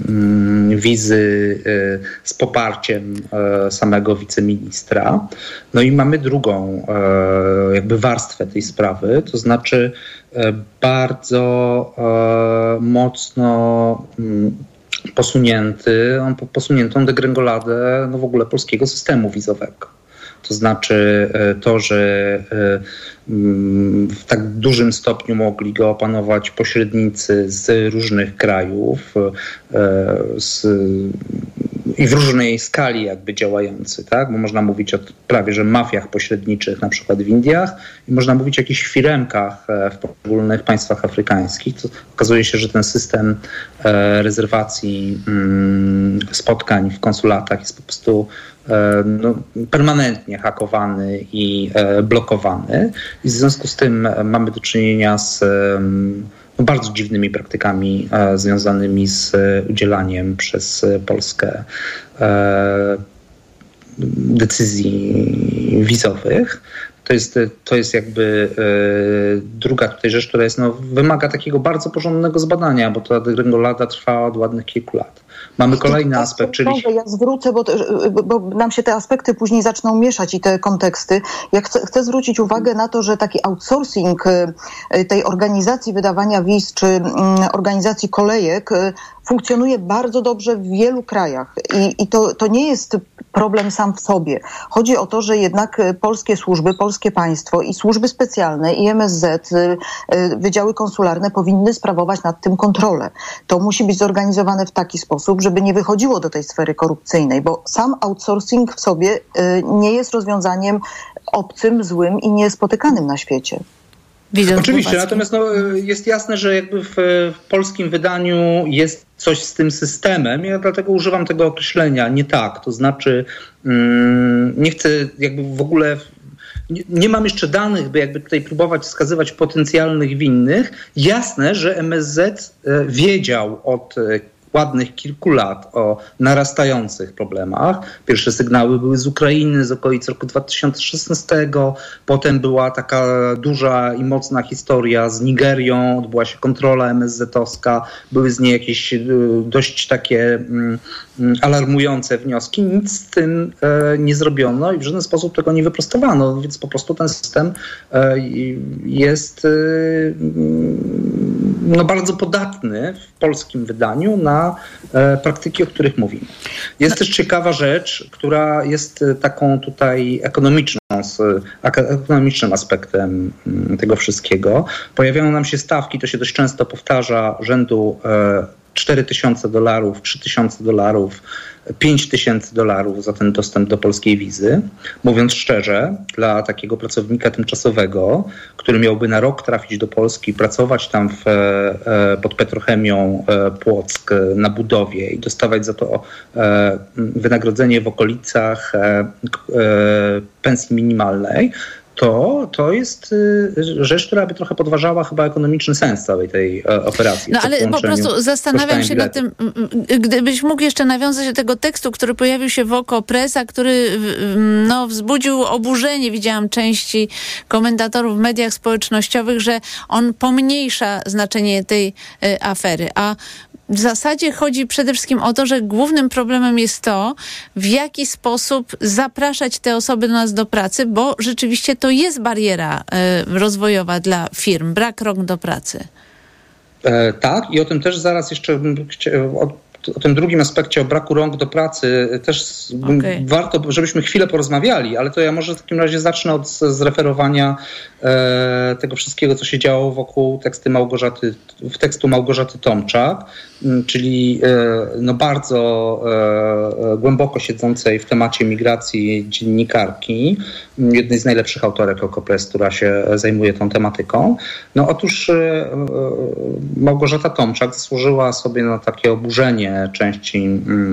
wizy z poparciem samego wiceministra. No i mamy drugą jakby warstwę tej sprawy, to znaczy bardzo mocno posuniętą degrengoladę w ogóle polskiego systemu wizowego. To znaczy to, że w tak dużym stopniu mogli go opanować pośrednicy z różnych krajów i w różnej skali jakby działający, tak? Bo można mówić o prawie że mafiach pośredniczych na przykład w Indiach i można mówić o jakichś firemkach w poszczególnych państwach afrykańskich. To okazuje się, że ten system rezerwacji spotkań w konsulatach jest po prostu permanentnie hakowany i blokowany. I w związku z tym mamy do czynienia z bardzo dziwnymi praktykami związanymi z udzielaniem przez Polskę decyzji wizowych. To jest jakby druga tutaj rzecz, która jest, wymaga takiego bardzo porządnego zbadania, bo ta degrengolada trwa od ładnych kilku lat. Mamy kolejny aspekt, czyli... Ja zwrócę, bo nam się te aspekty później zaczną mieszać i te konteksty. Ja chcę zwrócić uwagę na to, że taki outsourcing tej organizacji wydawania wiz czy organizacji kolejek funkcjonuje bardzo dobrze w wielu krajach i to nie jest problem sam w sobie. Chodzi o to, że jednak polskie służby, polskie państwo i służby specjalne i MSZ, wydziały konsularne powinny sprawować nad tym kontrolę. To musi być zorganizowane w taki sposób, żeby nie wychodziło do tej sfery korupcyjnej, bo sam outsourcing w sobie nie jest rozwiązaniem obcym, złym i niespotykanym na świecie. Oczywiście, natomiast jest jasne, że jakby w polskim wydaniu jest coś z tym systemem. Ja dlatego używam tego określenia nie tak. To znaczy nie chcę jakby w ogóle... Nie mam jeszcze danych, by jakby tutaj próbować wskazywać potencjalnych winnych. Jasne, że MSZ wiedział od ładnych kilku lat o narastających problemach. Pierwsze sygnały były z Ukrainy, z okolic roku 2016. Potem była taka duża i mocna historia z Nigerią. Odbyła się kontrola MSZ-owska. Były z niej jakieś dość takie alarmujące wnioski. Nic z tym nie zrobiono i w żaden sposób tego nie wyprostowano. Więc po prostu ten system jest bardzo podatny w polskim wydaniu na praktyki, o których mówimy. Jest też ciekawa rzecz, która jest taką tutaj ekonomicznym aspektem tego wszystkiego. Pojawiają nam się stawki, to się dość często powtarza, rzędu $4,000, $3,000, $5,000 za ten dostęp do polskiej wizy. Mówiąc szczerze, dla takiego pracownika tymczasowego, który miałby na rok trafić do Polski, pracować tam pod Petrochemią Płock na budowie i dostawać za to wynagrodzenie w okolicach pensji minimalnej, to jest rzecz, która by trochę podważała chyba ekonomiczny sens całej tej operacji. No ale po prostu zastanawiam się nad tym, gdybyś mógł jeszcze nawiązać do tego tekstu, który pojawił się w Okopres, a który wzbudził oburzenie, widziałam części komentatorów w mediach społecznościowych, że on pomniejsza znaczenie tej afery, a w zasadzie chodzi przede wszystkim o to, że głównym problemem jest to, w jaki sposób zapraszać te osoby do nas do pracy, bo rzeczywiście to jest bariera rozwojowa dla firm, brak rąk do pracy. Tak, i o tym też zaraz jeszcze o tym drugim aspekcie, o braku rąk do pracy też warto, żebyśmy chwilę porozmawiali, ale to ja może w takim razie zacznę od zreferowania tego wszystkiego, co się działo wokół tekstu Małgorzaty Tomczak, czyli bardzo głęboko siedzącej w temacie migracji dziennikarki, jednej z najlepszych autorek Okopres, która się zajmuje tą tematyką. Otóż Małgorzata Tomczak zasłużyła sobie na takie oburzenie części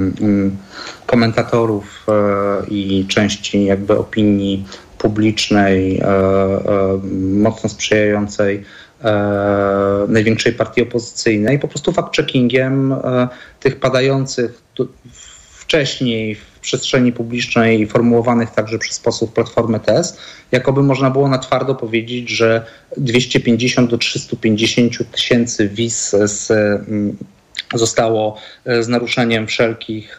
komentatorów i części jakby opinii publicznej, mocno sprzyjającej największej partii opozycyjnej, po prostu fact-checkingiem tych padających wcześniej w przestrzeni publicznej formułowanych także przez posłów Platformy TES, jakoby można było na twardo powiedzieć, że 250 do 350 tysięcy wiz zostało z naruszeniem wszelkich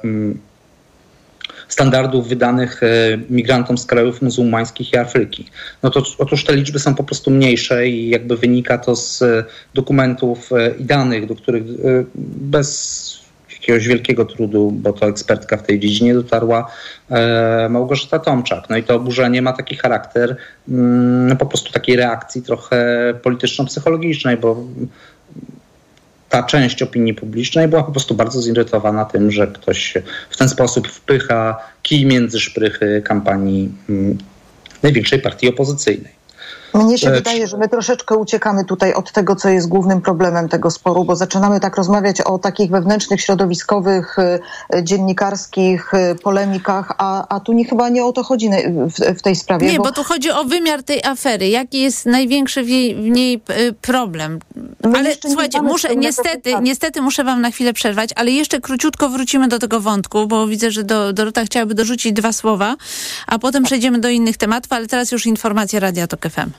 standardów wydanych migrantom z krajów muzułmańskich i Afryki. Otóż te liczby są po prostu mniejsze i jakby wynika to z dokumentów i danych, do których bez jakiegoś wielkiego trudu, bo to ekspertka w tej dziedzinie, dotarła Małgorzata Tomczak. I to oburzenie ma taki charakter po prostu takiej reakcji trochę polityczno-psychologicznej, bo ta część opinii publicznej była po prostu bardzo zirytowana tym, że ktoś w ten sposób wpycha kij między szprychy kampanii największej partii opozycyjnej. Mnie się wydaje, że my troszeczkę uciekamy tutaj od tego, co jest głównym problemem tego sporu, bo zaczynamy tak rozmawiać o takich wewnętrznych, środowiskowych, dziennikarskich polemikach, a tu chyba nie o to chodzi w tej sprawie. Nie, bo tu chodzi o wymiar tej afery. Jaki jest największy w niej problem? Ale słuchajcie, niestety muszę wam na chwilę przerwać, ale jeszcze króciutko wrócimy do tego wątku, bo widzę, że Dorota chciałaby dorzucić 2 słowa, a potem przejdziemy do innych tematów, ale teraz już informacja Radia Tok FM.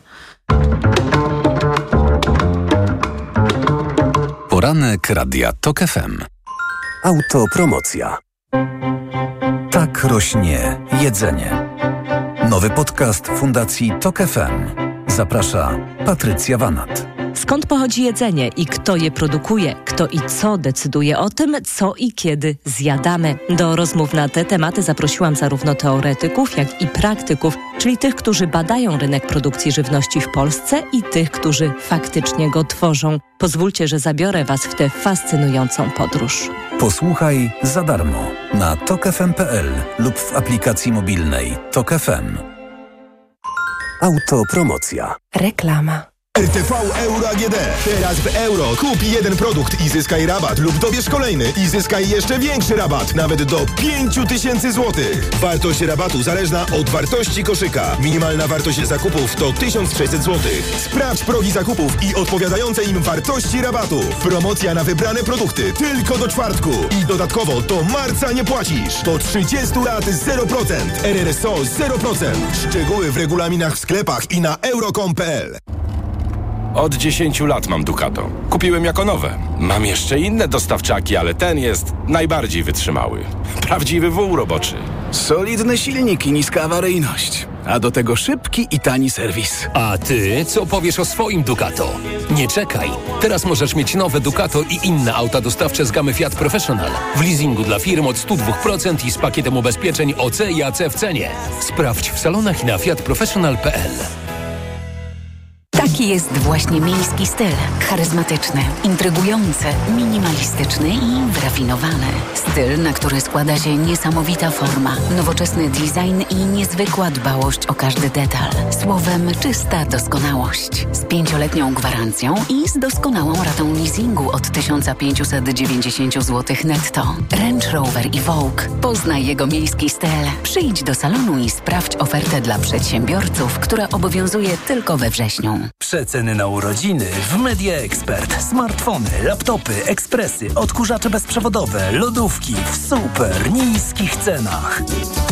Poranek Radia Tok FM. Autopromocja. Tak rośnie jedzenie. Nowy podcast Fundacji Tok FM. Zaprasza Patrycja Wanat. Skąd pochodzi jedzenie i kto je produkuje? Kto i co decyduje o tym, co i kiedy zjadamy? Do rozmów na te tematy zaprosiłam zarówno teoretyków, jak i praktyków, czyli tych, którzy badają rynek produkcji żywności w Polsce i tych, którzy faktycznie go tworzą. Pozwólcie, że zabiorę Was w tę fascynującą podróż. Posłuchaj za darmo na tokfm.pl lub w aplikacji mobilnej Tok FM. Autopromocja. Reklama. RTV Euro AGD. Teraz w euro. Kup jeden produkt i zyskaj rabat lub dobierz kolejny i zyskaj jeszcze większy rabat, nawet do 5,000 zł. Wartość rabatu zależna od wartości koszyka. Minimalna wartość zakupów to 1,600 zł. Sprawdź progi zakupów i odpowiadające im wartości rabatu. Promocja na wybrane produkty tylko do czwartku. I dodatkowo do marca nie płacisz. Do 30 lat 0%. RRSO 0%. Szczegóły w regulaminach w sklepach i na euro.com.pl. Od 10 lat mam Ducato. Kupiłem jako nowe. Mam jeszcze inne dostawczaki, ale ten jest najbardziej wytrzymały. Prawdziwy wół roboczy. Solidny silnik i niska awaryjność. A do tego szybki i tani serwis. A ty co powiesz o swoim Ducato? Nie czekaj. Teraz możesz mieć nowe Ducato i inne auta dostawcze z gamy Fiat Professional. W leasingu dla firm od 102% i z pakietem ubezpieczeń OC i AC w cenie. Sprawdź w salonach i na fiatprofessional.pl. Taki jest właśnie miejski styl. Charyzmatyczny, intrygujący, minimalistyczny i wyrafinowany. Styl, na który składa się niesamowita forma, nowoczesny design i niezwykła dbałość o każdy detal. Słowem, czysta doskonałość. Z 5-letnią gwarancją i z doskonałą ratą leasingu od 1590 zł netto. Range Rover i Vogue. Poznaj jego miejski styl. Przyjdź do salonu i sprawdź ofertę dla przedsiębiorców, która obowiązuje tylko we wrześniu. Przeceny na urodziny w Media Expert. Smartfony, laptopy, ekspresy, odkurzacze bezprzewodowe, lodówki w super niskich cenach.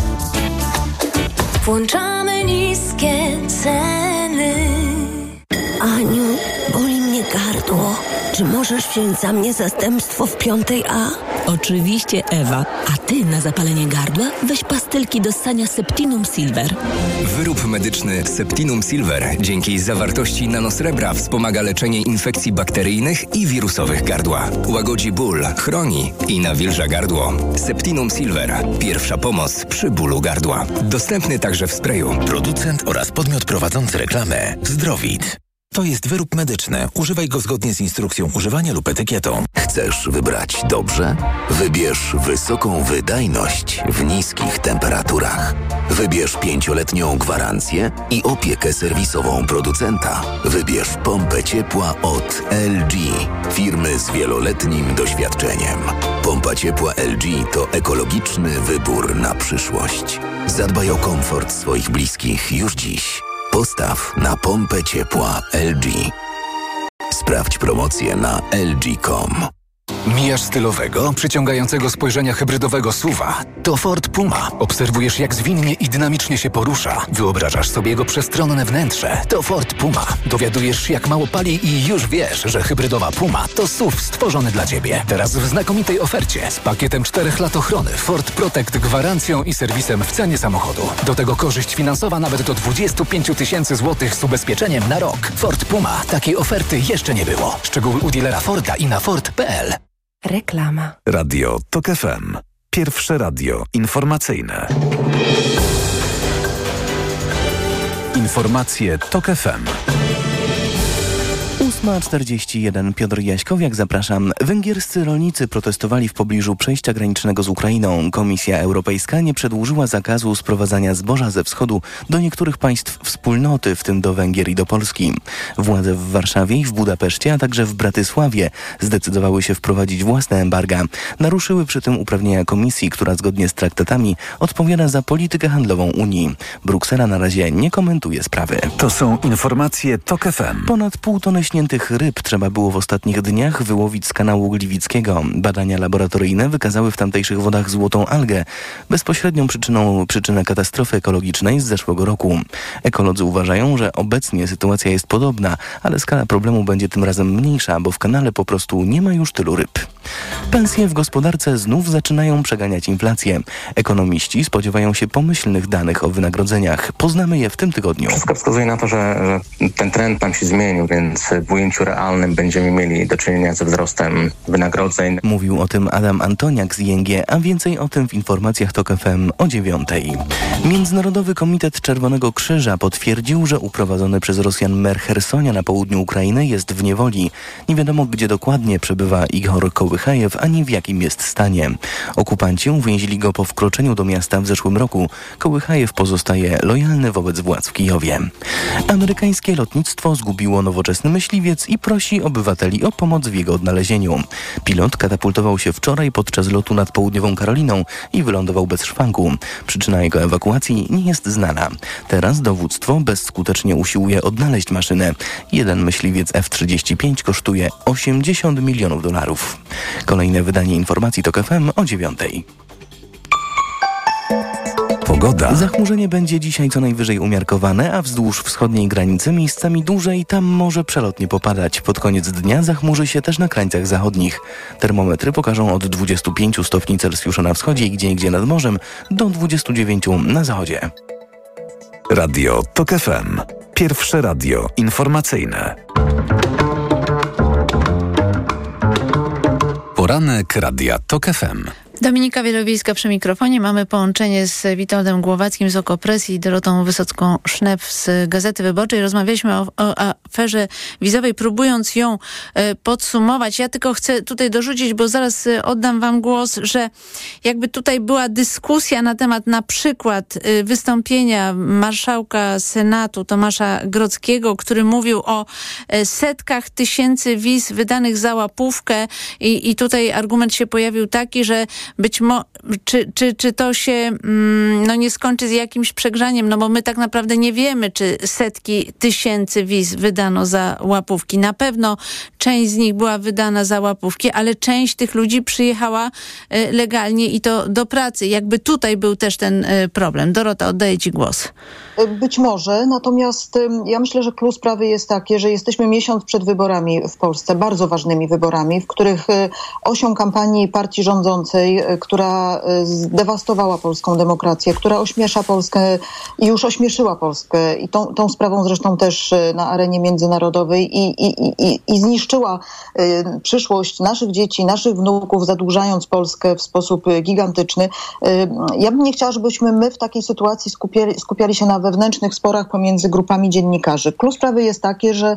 Włączamy niskie ceny. Aniu, boli mnie gardło. Czy możesz wziąć za mnie zastępstwo w 5A? Oczywiście, Ewa. A ty na zapalenie gardła weź pastylki do ssania Septinum Silver. Wyrób medyczny Septinum Silver dzięki zawartości nanosrebra wspomaga leczenie infekcji bakteryjnych i wirusowych gardła. Łagodzi ból, chroni i nawilża gardło. Septinum Silver. Pierwsza pomoc przy bólu gardła. Dostępny także w sprayu. Producent oraz podmiot prowadzący reklamę Zdrowit. To jest wyrób medyczny. Używaj go zgodnie z instrukcją używania lub etykietą. Chcesz wybrać dobrze? Wybierz wysoką wydajność w niskich temperaturach. Wybierz 5-letnią gwarancję i opiekę serwisową producenta. Wybierz pompę ciepła od LG, firmy z wieloletnim doświadczeniem. Pompa ciepła LG to ekologiczny wybór na przyszłość. Zadbaj o komfort swoich bliskich już dziś. Postaw na pompę ciepła LG. Sprawdź promocję na LG.com. Mijasz stylowego, przyciągającego spojrzenia hybrydowego SUV-a. To Ford Puma. Obserwujesz, jak zwinnie i dynamicznie się porusza. Wyobrażasz sobie jego przestronne wnętrze. To Ford Puma. Dowiadujesz się, jak mało pali i już wiesz, że hybrydowa Puma to SUV stworzony dla Ciebie. Teraz w znakomitej ofercie z pakietem 4 lat ochrony, Ford Protect, gwarancją i serwisem w cenie samochodu. Do tego korzyść finansowa nawet do 25 000 złotych z ubezpieczeniem na rok. Ford Puma. Takiej oferty jeszcze nie było. Szczegóły u dealera Forda i na Ford.pl. Reklama. Radio TOK FM. Pierwsze radio informacyjne. Informacje TOK FM. 8:41. Piotr Jaśkowiak, zapraszam. Węgierscy rolnicy protestowali w pobliżu przejścia granicznego z Ukrainą. Komisja Europejska nie przedłużyła zakazu sprowadzania zboża ze wschodu do niektórych państw wspólnoty, w tym do Węgier i do Polski. Władze w Warszawie i w Budapeszcie, a także w Bratysławie zdecydowały się wprowadzić własne embarga. Naruszyły przy tym uprawnienia Komisji, która zgodnie z traktatami odpowiada za politykę handlową Unii. Bruksela na razie nie komentuje sprawy. To są informacje TOK FM. Ponad 0,5 tony śniętych ryb trzeba było w ostatnich dniach wyłowić z kanału Gliwickiego. Badania laboratoryjne wykazały w tamtejszych wodach złotą algę, bezpośrednią przyczynę katastrofy ekologicznej z zeszłego roku. Ekolodzy uważają, że obecnie sytuacja jest podobna, ale skala problemu będzie tym razem mniejsza, bo w kanale po prostu nie ma już tylu ryb. Pensje w gospodarce znów zaczynają przeganiać inflację. Ekonomiści spodziewają się pomyślnych danych o wynagrodzeniach. Poznamy je w tym tygodniu. Wszystko wskazuje na to, że ten trend nam się zmienił, więc w ujęciu realnym będziemy mieli do czynienia ze wzrostem wynagrodzeń. Mówił o tym Adam Antoniak z ING, a więcej o tym w informacjach TOK FM o 9:00. Międzynarodowy Komitet Czerwonego Krzyża potwierdził, że uprowadzony przez Rosjan mer Chersonia na południu Ukrainy jest w niewoli. Nie wiadomo, gdzie dokładnie przebywa Igor Kołychajew, ani w jakim jest stanie. Okupanci uwięzili go po wkroczeniu do miasta w zeszłym roku. Kołychajew pozostaje lojalny wobec władz w Kijowie. Amerykańskie lotnictwo zgubiło nowoczesny myśliwiec i prosi obywateli o pomoc w jego odnalezieniu. Pilot katapultował się wczoraj podczas lotu nad południową Karoliną i wylądował bez szwanku. Przyczyna jego ewakuacji nie jest znana. Teraz dowództwo bezskutecznie usiłuje odnaleźć maszynę. Jeden myśliwiec F-35 kosztuje $80 milionów. Kolejne wydanie informacji TOK FM o 9:00. Pogoda. Zachmurzenie będzie dzisiaj co najwyżej umiarkowane, a wzdłuż wschodniej granicy miejscami duże i tam może przelotnie popadać. Pod koniec dnia zachmurzy się też na krańcach zachodnich. Termometry pokażą od 25 stopni Celsjusza na wschodzie i gdzieindziej nad morzem do 29 na zachodzie. Radio TOK FM. Pierwsze radio informacyjne. Poranek Radia TOK FM. Dominika Wielowiejska przy mikrofonie. Mamy połączenie z Witoldem Głowackim z Okopresji i Dorotą Wysocką-Sznep z Gazety Wyborczej. Rozmawialiśmy o aferze wizowej, próbując ją podsumować. Ja tylko chcę tutaj dorzucić, bo zaraz oddam wam głos, że jakby tutaj była dyskusja na temat na przykład wystąpienia marszałka Senatu Tomasza Grodzkiego, który mówił o setkach tysięcy wiz wydanych za łapówkę i tutaj argument się pojawił taki, że czy to się nie skończy z jakimś przegrzaniem, no bo my tak naprawdę nie wiemy, czy setki tysięcy wiz wydano za łapówki. Na pewno część z nich była wydana za łapówki, ale część tych ludzi przyjechała legalnie i to do pracy. Jakby tutaj był też ten problem. Dorota, oddaję ci głos. Być może, natomiast ja myślę, że klucz sprawy jest takie, że jesteśmy miesiąc przed wyborami w Polsce, bardzo ważnymi wyborami, w których osią kampanii partii rządzącej, która zdewastowała polską demokrację, która ośmiesza Polskę i już ośmieszyła Polskę i tą sprawą zresztą też na arenie międzynarodowej i zniszczyła przyszłość naszych dzieci, naszych wnuków, zadłużając Polskę w sposób gigantyczny. Ja bym nie chciała, żebyśmy my w takiej sytuacji skupiali się na wewnętrznych sporach pomiędzy grupami dziennikarzy. Klucz sprawy jest takie, że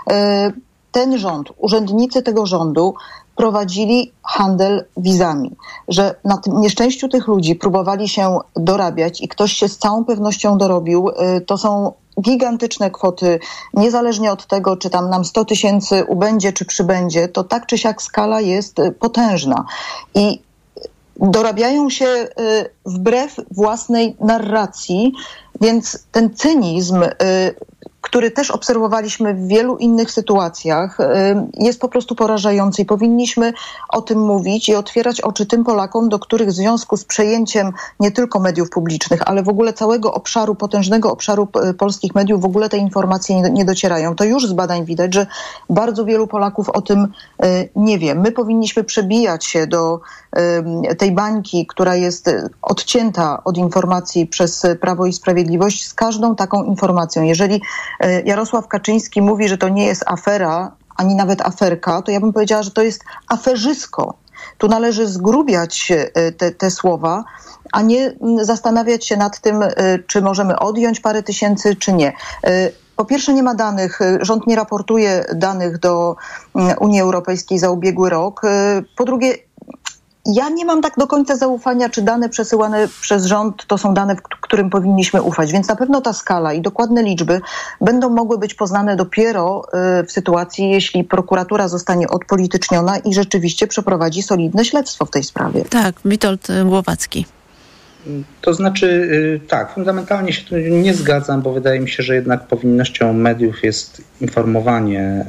ten rząd, urzędnicy tego rządu prowadzili handel wizami, że na tym nieszczęściu tych ludzi próbowali się dorabiać i ktoś się z całą pewnością dorobił. To są gigantyczne kwoty, niezależnie od tego, czy tam nam 100 tysięcy ubędzie, czy przybędzie, to tak czy siak skala jest potężna. I dorabiają się wbrew własnej narracji, więc ten cynizm, który też obserwowaliśmy w wielu innych sytuacjach, jest po prostu porażający i powinniśmy o tym mówić i otwierać oczy tym Polakom, do których w związku z przejęciem nie tylko mediów publicznych, ale w ogóle całego obszaru, potężnego obszaru polskich mediów, w ogóle te informacje nie docierają. To już z badań widać, że bardzo wielu Polaków o tym nie wie. My powinniśmy przebijać się do tej bańki, która jest odcięta od informacji przez Prawo i Sprawiedliwość z każdą taką informacją. Jeżeli Jarosław Kaczyński mówi, że to nie jest afera, ani nawet aferka, to ja bym powiedziała, że to jest aferzysko. Tu należy zgrubiać te słowa, a nie zastanawiać się nad tym, czy możemy odjąć parę tysięcy, czy nie. Po pierwsze nie ma danych, rząd nie raportuje danych do Unii Europejskiej za ubiegły rok. Po drugie, ja nie mam tak do końca zaufania, czy dane przesyłane przez rząd to są dane, którym powinniśmy ufać. Więc na pewno ta skala i dokładne liczby będą mogły być poznane dopiero w sytuacji, jeśli prokuratura zostanie odpolityczniona i rzeczywiście przeprowadzi solidne śledztwo w tej sprawie. Tak, Witold Głowacki. To znaczy, tak, fundamentalnie się tu nie zgadzam, bo wydaje mi się, że jednak powinnością mediów jest informowanie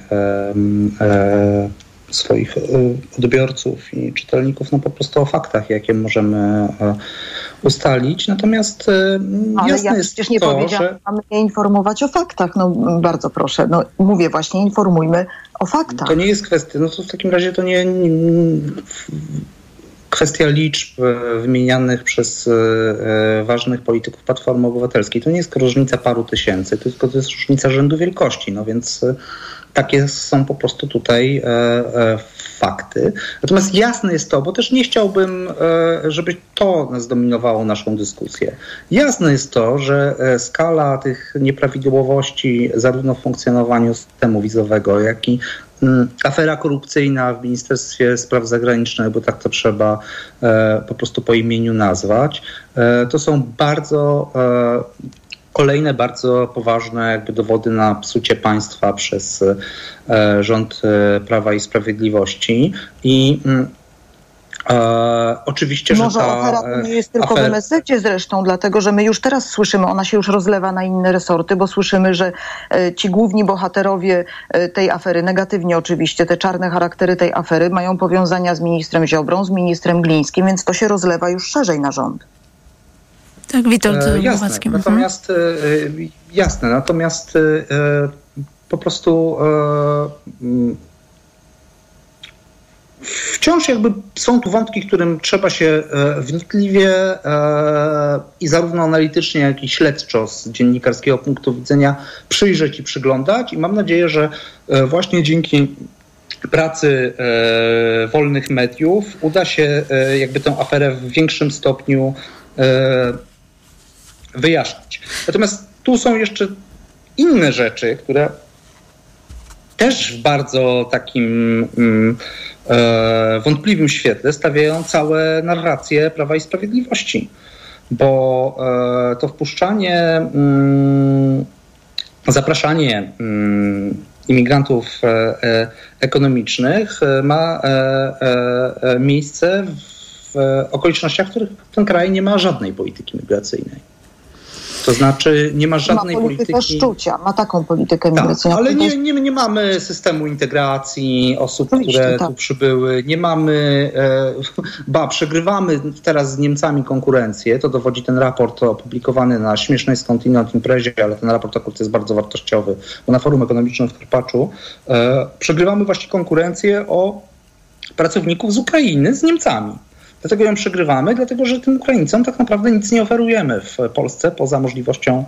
swoich odbiorców i czytelników po prostu o faktach, jakie możemy ustalić. Natomiast jasne jest przecież nie powiedziałam, że mamy nie informować o faktach. No bardzo proszę. No mówię właśnie, informujmy o faktach. To nie jest kwestia, no to w takim razie to nie kwestia liczb wymienianych przez ważnych polityków Platformy Obywatelskiej. To nie jest różnica paru tysięcy, tylko to jest różnica rzędu wielkości. No więc takie są po prostu tutaj fakty. Natomiast jasne jest to, bo też nie chciałbym, żeby to zdominowało naszą dyskusję. Jasne jest to, że skala tych nieprawidłowości zarówno w funkcjonowaniu systemu wizowego, jak i afera korupcyjna w Ministerstwie Spraw Zagranicznych, bo tak to trzeba po prostu po imieniu nazwać, to są kolejne bardzo poważne dowody na psucie państwa przez rząd Prawa i Sprawiedliwości. I oczywiście, że może afera to nie jest tylko w MSZ-cie zresztą, dlatego że my już teraz słyszymy, ona się już rozlewa na inne resorty, bo słyszymy, że ci główni bohaterowie tej afery, negatywnie oczywiście, te czarne charaktery tej afery mają powiązania z ministrem Ziobrą, z ministrem Glińskim, więc to się rozlewa już szerzej na rząd. Tak, Witold Głowacki. Natomiast po prostu wciąż jakby są tu wątki, którym trzeba się wnikliwie i zarówno analitycznie, jak i śledczo z dziennikarskiego punktu widzenia przyjrzeć i przyglądać. I mam nadzieję, że właśnie dzięki pracy wolnych mediów uda się jakby tę aferę w większym stopniu wyjaśnić. Natomiast tu są jeszcze inne rzeczy, które też w bardzo takim wątpliwym świetle stawiają całe narracje Prawa i Sprawiedliwości. Bo to wpuszczanie, zapraszanie imigrantów ekonomicznych ma miejsce w okolicznościach, w których ten kraj nie ma żadnej polityki migracyjnej. To znaczy nie ma żadnej polityki szczucia, ma taką politykę migracyjną. Ale nie mamy systemu integracji osób, które tu przybyły. Nie mamy, przegrywamy teraz z Niemcami konkurencję. To dowodzi ten raport opublikowany na śmiesznej skądinąd imprezie, ale ten raport akurat jest bardzo wartościowy, bo na Forum Ekonomicznym w Karpaczu przegrywamy właśnie konkurencję o pracowników z Ukrainy z Niemcami. Dlatego ją przegrywamy, dlatego że tym Ukraińcom tak naprawdę nic nie oferujemy w Polsce, poza możliwością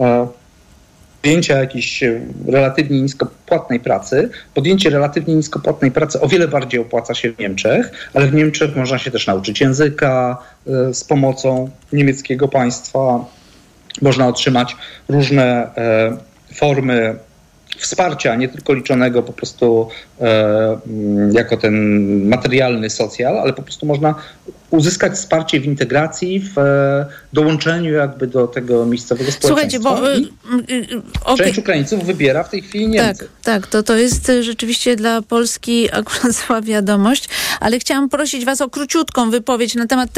podjęcia jakiejś relatywnie niskopłatnej pracy. Podjęcie relatywnie niskopłatnej pracy o wiele bardziej opłaca się w Niemczech, ale w Niemczech można się też nauczyć języka z pomocą niemieckiego państwa. Można otrzymać różne formy wsparcia, nie tylko liczonego po prostu jako ten materialny socjal, ale po prostu można uzyskać wsparcie w integracji, w dołączeniu jakby do tego miejscowego społeczeństwa. Słuchajcie, bo część Ukraińców wybiera w tej chwili Niemcy. Tak, to jest rzeczywiście dla Polski akurat zła wiadomość, ale chciałam prosić was o króciutką wypowiedź na temat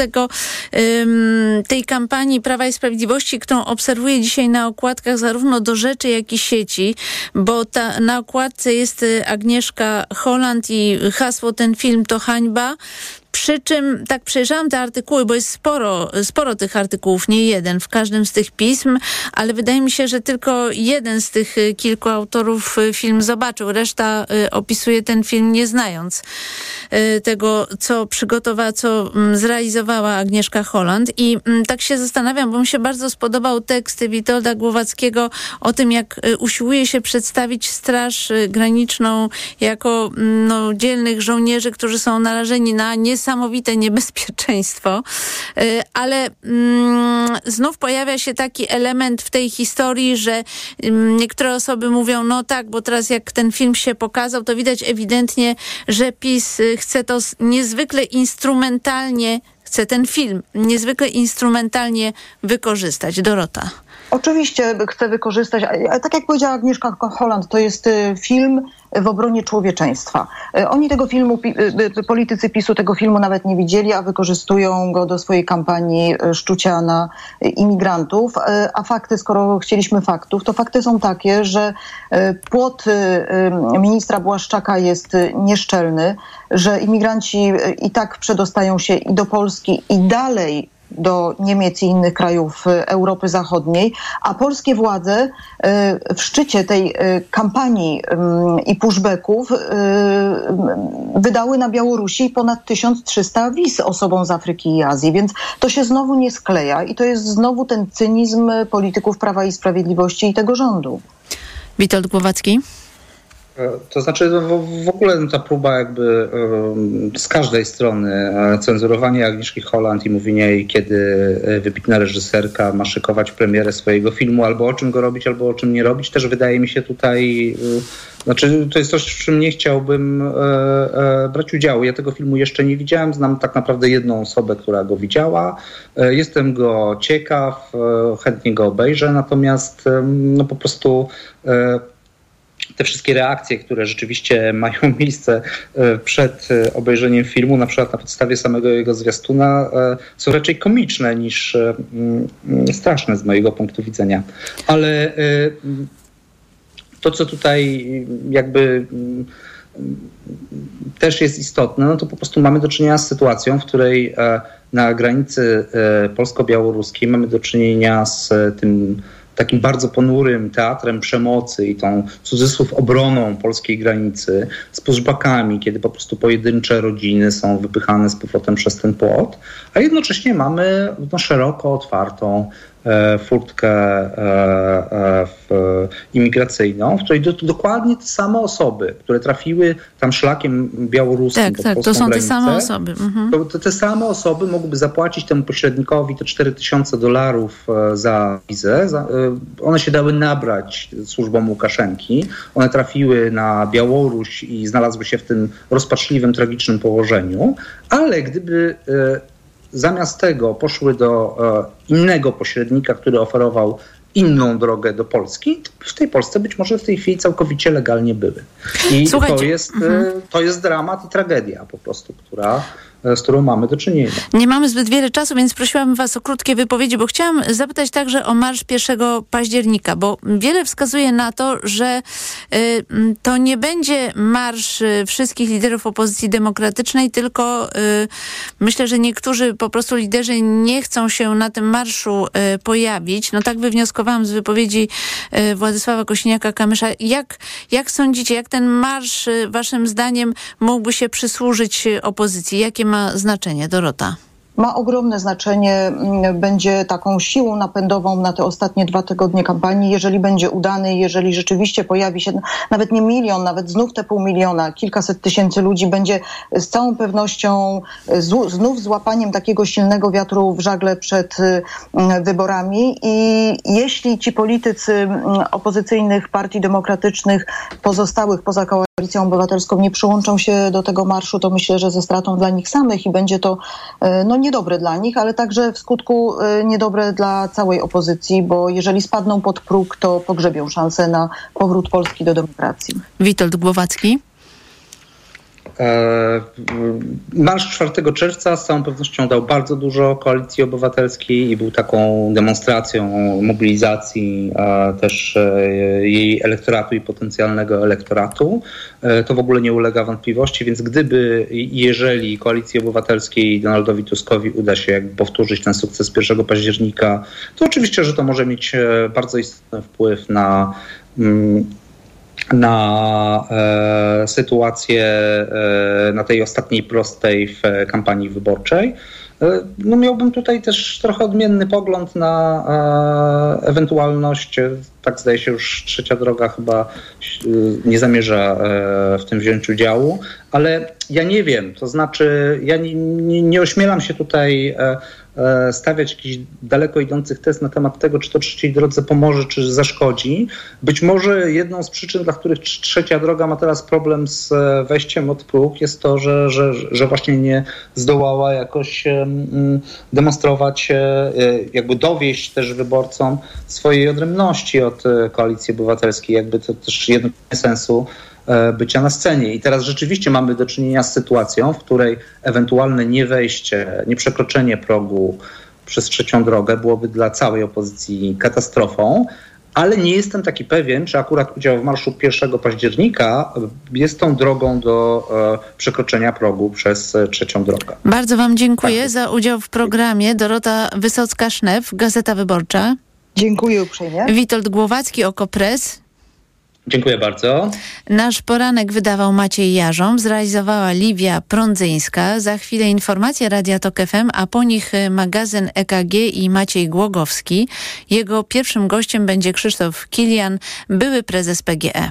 tej kampanii Prawa i Sprawiedliwości, którą obserwuję dzisiaj na okładkach zarówno do Rzeczy, jak i sieci, bo na okładce jest Agnieszka Holland i hasło ten film to hańba. Przy czym tak przejrzałam te artykuły, bo jest sporo tych artykułów, nie jeden w każdym z tych pism, ale wydaje mi się, że tylko jeden z tych kilku autorów film zobaczył. Reszta opisuje ten film nie znając tego, co przygotowała, co zrealizowała Agnieszka Holland. I tak się zastanawiam, bo mi się bardzo spodobał tekst Witolda Głowackiego o tym, jak usiłuje się przedstawić Straż Graniczną jako dzielnych żołnierzy, którzy są narażeni na niesamowite niebezpieczeństwo, ale znów pojawia się taki element w tej historii, że niektóre osoby mówią, no tak, bo teraz jak ten film się pokazał, to widać ewidentnie, że PiS chce to niezwykle instrumentalnie, chce ten film niezwykle instrumentalnie wykorzystać. Dorota. Oczywiście chcę wykorzystać, ale tak jak powiedziała Agnieszka Holland, to jest film w obronie człowieczeństwa. Oni tego filmu, politycy PiS-u tego filmu nawet nie widzieli, a wykorzystują go do swojej kampanii szczucia na imigrantów. A fakty, skoro chcieliśmy faktów, to fakty są takie, że płot ministra Błaszczaka jest nieszczelny, że imigranci i tak przedostają się i do Polski, i dalej do Niemiec i innych krajów Europy Zachodniej, a polskie władze w szczycie tej kampanii i pushbacków wydały na Białorusi ponad 1300 wiz osobom z Afryki i Azji, więc to się znowu nie skleja i to jest znowu ten cynizm polityków Prawa i Sprawiedliwości i tego rządu. Witold Głowacki. To znaczy w ogóle ta próba jakby z każdej strony cenzurowania Agnieszki Holland i mówienia jej, kiedy wybitna reżyserka ma szykować premierę swojego filmu, albo o czym go robić, albo o czym nie robić, też wydaje mi się tutaj, znaczy to jest coś, w czym nie chciałbym brać udziału. Ja tego filmu jeszcze nie widziałem, znam tak naprawdę jedną osobę, która go widziała. Jestem go ciekaw, chętnie go obejrzę, natomiast po prostu te wszystkie reakcje, które rzeczywiście mają miejsce przed obejrzeniem filmu, na przykład na podstawie samego jego zwiastuna, są raczej komiczne niż straszne z mojego punktu widzenia. Ale to, co tutaj jakby też jest istotne, no to po prostu mamy do czynienia z sytuacją, w której na granicy polsko-białoruskiej mamy do czynienia z tym takim bardzo ponurym teatrem przemocy i tą, w cudzysłów, obroną polskiej granicy, z pushbackami, kiedy po prostu pojedyncze rodziny są wypychane z powrotem przez ten płot, a jednocześnie mamy szeroko otwartą furtkę imigracyjną, w której dokładnie te same osoby, które trafiły tam szlakiem białoruskim pod polską to są granicę, te same osoby. Te same osoby mogłyby zapłacić temu pośrednikowi te $4000 za wizę. One się dały nabrać służbom Łukaszenki. One trafiły na Białoruś i znalazły się w tym rozpaczliwym, tragicznym położeniu. Ale gdyby zamiast tego poszły do innego pośrednika, który oferował inną drogę do Polski, w tej Polsce być może w tej chwili całkowicie legalnie były. I to jest dramat i tragedia po prostu, z którą mamy do czynienia. Nie mamy zbyt wiele czasu, więc prosiłam was o krótkie wypowiedzi, bo chciałam zapytać także o marsz 1 października, bo wiele wskazuje na to, że to nie będzie marsz wszystkich liderów opozycji demokratycznej, tylko myślę, że niektórzy po prostu liderzy nie chcą się na tym marszu pojawić. No tak wywnioskowałam z wypowiedzi Władysława Kosiniaka-Kamysza. Jak sądzicie, jak ten marsz waszym zdaniem mógłby się przysłużyć opozycji? Jakie ma znaczenie, Dorota? Ma ogromne znaczenie, będzie taką siłą napędową na te ostatnie 2 tygodnie kampanii, jeżeli będzie udany, jeżeli rzeczywiście pojawi się nawet nie 1 000 000, nawet znów te 500 000, kilkaset tysięcy ludzi, będzie z całą pewnością znów złapaniem takiego silnego wiatru w żagle przed wyborami i jeśli ci politycy opozycyjnych partii demokratycznych pozostałych poza Koalicją Obywatelską nie przyłączą się do tego marszu, to myślę, że ze stratą dla nich samych i będzie to niedobre dla nich, ale także w skutku niedobre dla całej opozycji, bo jeżeli spadną pod próg, to pogrzebią szansę na powrót Polski do demokracji. Witold Głowacki. Marsz 4 czerwca z całą pewnością dał bardzo dużo Koalicji Obywatelskiej i był taką demonstracją mobilizacji też jej elektoratu i potencjalnego elektoratu. To w ogóle nie ulega wątpliwości, więc jeżeli Koalicji Obywatelskiej i Donaldowi Tuskowi uda się powtórzyć ten sukces 1 października, to oczywiście, że to może mieć bardzo istotny wpływ na sytuację na tej ostatniej prostej w kampanii wyborczej. No miałbym tutaj też trochę odmienny pogląd na ewentualność, tak zdaje się już Trzecia Droga chyba nie zamierza w tym wziąć udziału, ale ja nie wiem, to znaczy ja nie ośmielam się tutaj stawiać jakichś daleko idących tez na temat tego, czy to Trzeciej Drodze pomoże, czy zaszkodzi. Być może jedną z przyczyn, dla których Trzecia Droga ma teraz problem z wejściem od próg, jest to, że właśnie nie zdołała jakoś demonstrować, jakby dowieść też wyborcom swojej odrębności od Koalicji Obywatelskiej. Jakby to też jedno sensu bycia na scenie. I teraz rzeczywiście mamy do czynienia z sytuacją, w której ewentualne niewejście, nieprzekroczenie progu przez Trzecią Drogę byłoby dla całej opozycji katastrofą, ale nie jestem taki pewien, czy akurat udział w marszu 1 października jest tą drogą do przekroczenia progu przez Trzecią Drogę. Bardzo wam dziękuję za udział w programie. Dorota Wysocka-Sznep, Gazeta Wyborcza. Dziękuję uprzejmie. Witold Głowacki, Okopres. Dziękuję bardzo. Nasz poranek wydawał Maciej Jarząb, zrealizowała Liwia Prądzyńska. Za chwilę informacje Radia Tok FM, a po nich magazyn EKG i Maciej Głogowski. Jego pierwszym gościem będzie Krzysztof Kilian, były prezes PGE.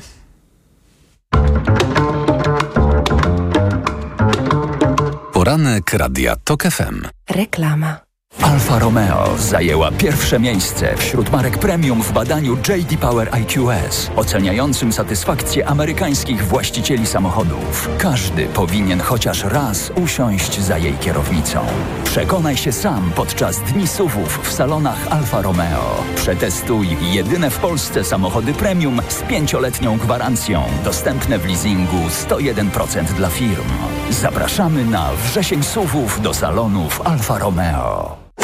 Poranek Radia Tok FM. Reklama. Alfa Romeo zajęła pierwsze miejsce wśród marek premium w badaniu J.D. Power IQS, oceniającym satysfakcję amerykańskich właścicieli samochodów. Każdy powinien chociaż raz usiąść za jej kierownicą. Przekonaj się sam podczas Dni SUV-ów w salonach Alfa Romeo. Przetestuj jedyne w Polsce samochody premium z 5-letnią gwarancją, dostępne w leasingu 101% dla firm. Zapraszamy na wrzesień SUV-ów do salonów Alfa Romeo.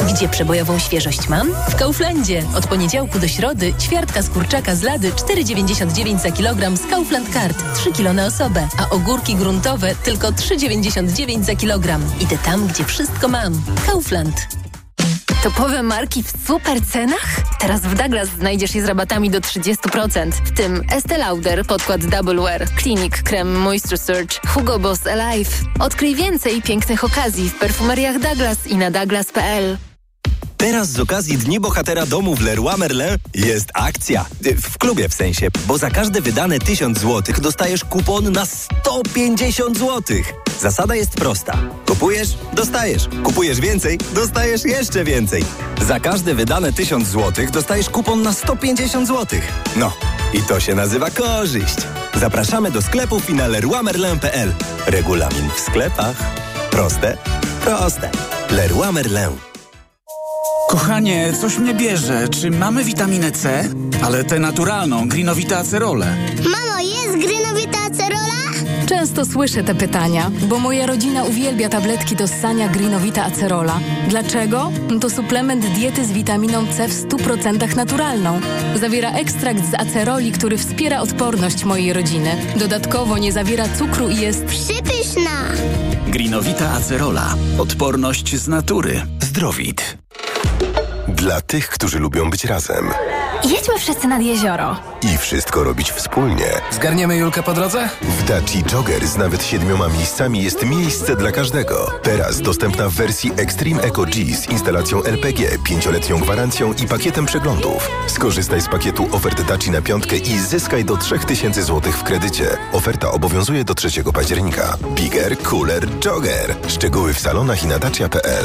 Gdzie przebojową świeżość mam? W Kauflandzie. Od poniedziałku do środy ćwiartka z kurczaka z lady 4,99 za kilogram z Kaufland Card. 3 kilo na osobę. A ogórki gruntowe tylko 3,99 za kilogram. Idę tam, gdzie wszystko mam. Kaufland. Topowe marki w super cenach? Teraz w Douglas znajdziesz je z rabatami do 30%. W tym Estée Lauder, podkład Double Wear, Clinique Creme Moisture Surge, Hugo Boss Alive. Odkryj więcej pięknych okazji w perfumeriach Douglas i na douglas.pl. Teraz z okazji Dni Bohatera domu w Leroy Merlin jest akcja. W klubie w sensie, bo za każde wydane 1000 zł dostajesz kupon na 150 zł. Zasada jest prosta. Kupujesz, dostajesz. Kupujesz więcej, dostajesz jeszcze więcej. Za każde wydane 1000 zł dostajesz kupon na 150 zł. No, i to się nazywa korzyść. Zapraszamy do sklepów i na leroymerlin.pl. Regulamin w sklepach. Proste, proste. Leroy Merlin. Kochanie, coś mnie bierze. Czy mamy witaminę C? Ale tę naturalną, Greenowita Acerolę. Mamo, jest Greenowita Acerola? Często słyszę te pytania, bo moja rodzina uwielbia tabletki do ssania Greenowita Acerola. Dlaczego? To suplement diety z witaminą C w 100% naturalną. Zawiera ekstrakt z aceroli, który wspiera odporność mojej rodziny. Dodatkowo nie zawiera cukru i jest przypyszna. Greenowita Acerola. Odporność z natury. Zdrowit. Dla tych, którzy lubią być razem. Jedźmy wszyscy nad jezioro. I wszystko robić wspólnie. Zgarniemy Julkę po drodze? W Daci Jogger z nawet 7 miejscami jest miejsce dla każdego. Teraz dostępna w wersji Extreme Eco G z instalacją LPG, 5-letnią gwarancją i pakietem przeglądów. Skorzystaj z pakietu ofert Daci na piątkę i zyskaj do 3000 zł w kredycie. Oferta obowiązuje do 3 października. Bigger, cooler, jogger. Szczegóły w salonach i na dacia.pl.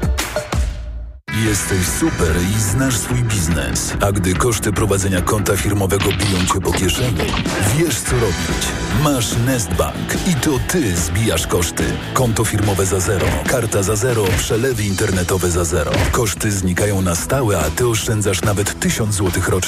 Jesteś super i znasz swój biznes. A gdy koszty prowadzenia konta firmowego biją cię po kieszeni, wiesz co robić. Masz Nestbank i to ty zbijasz koszty. Konto firmowe za zero, karta za zero, przelewy internetowe za zero. Koszty znikają na stałe, a ty oszczędzasz nawet 1000 zł rocznie.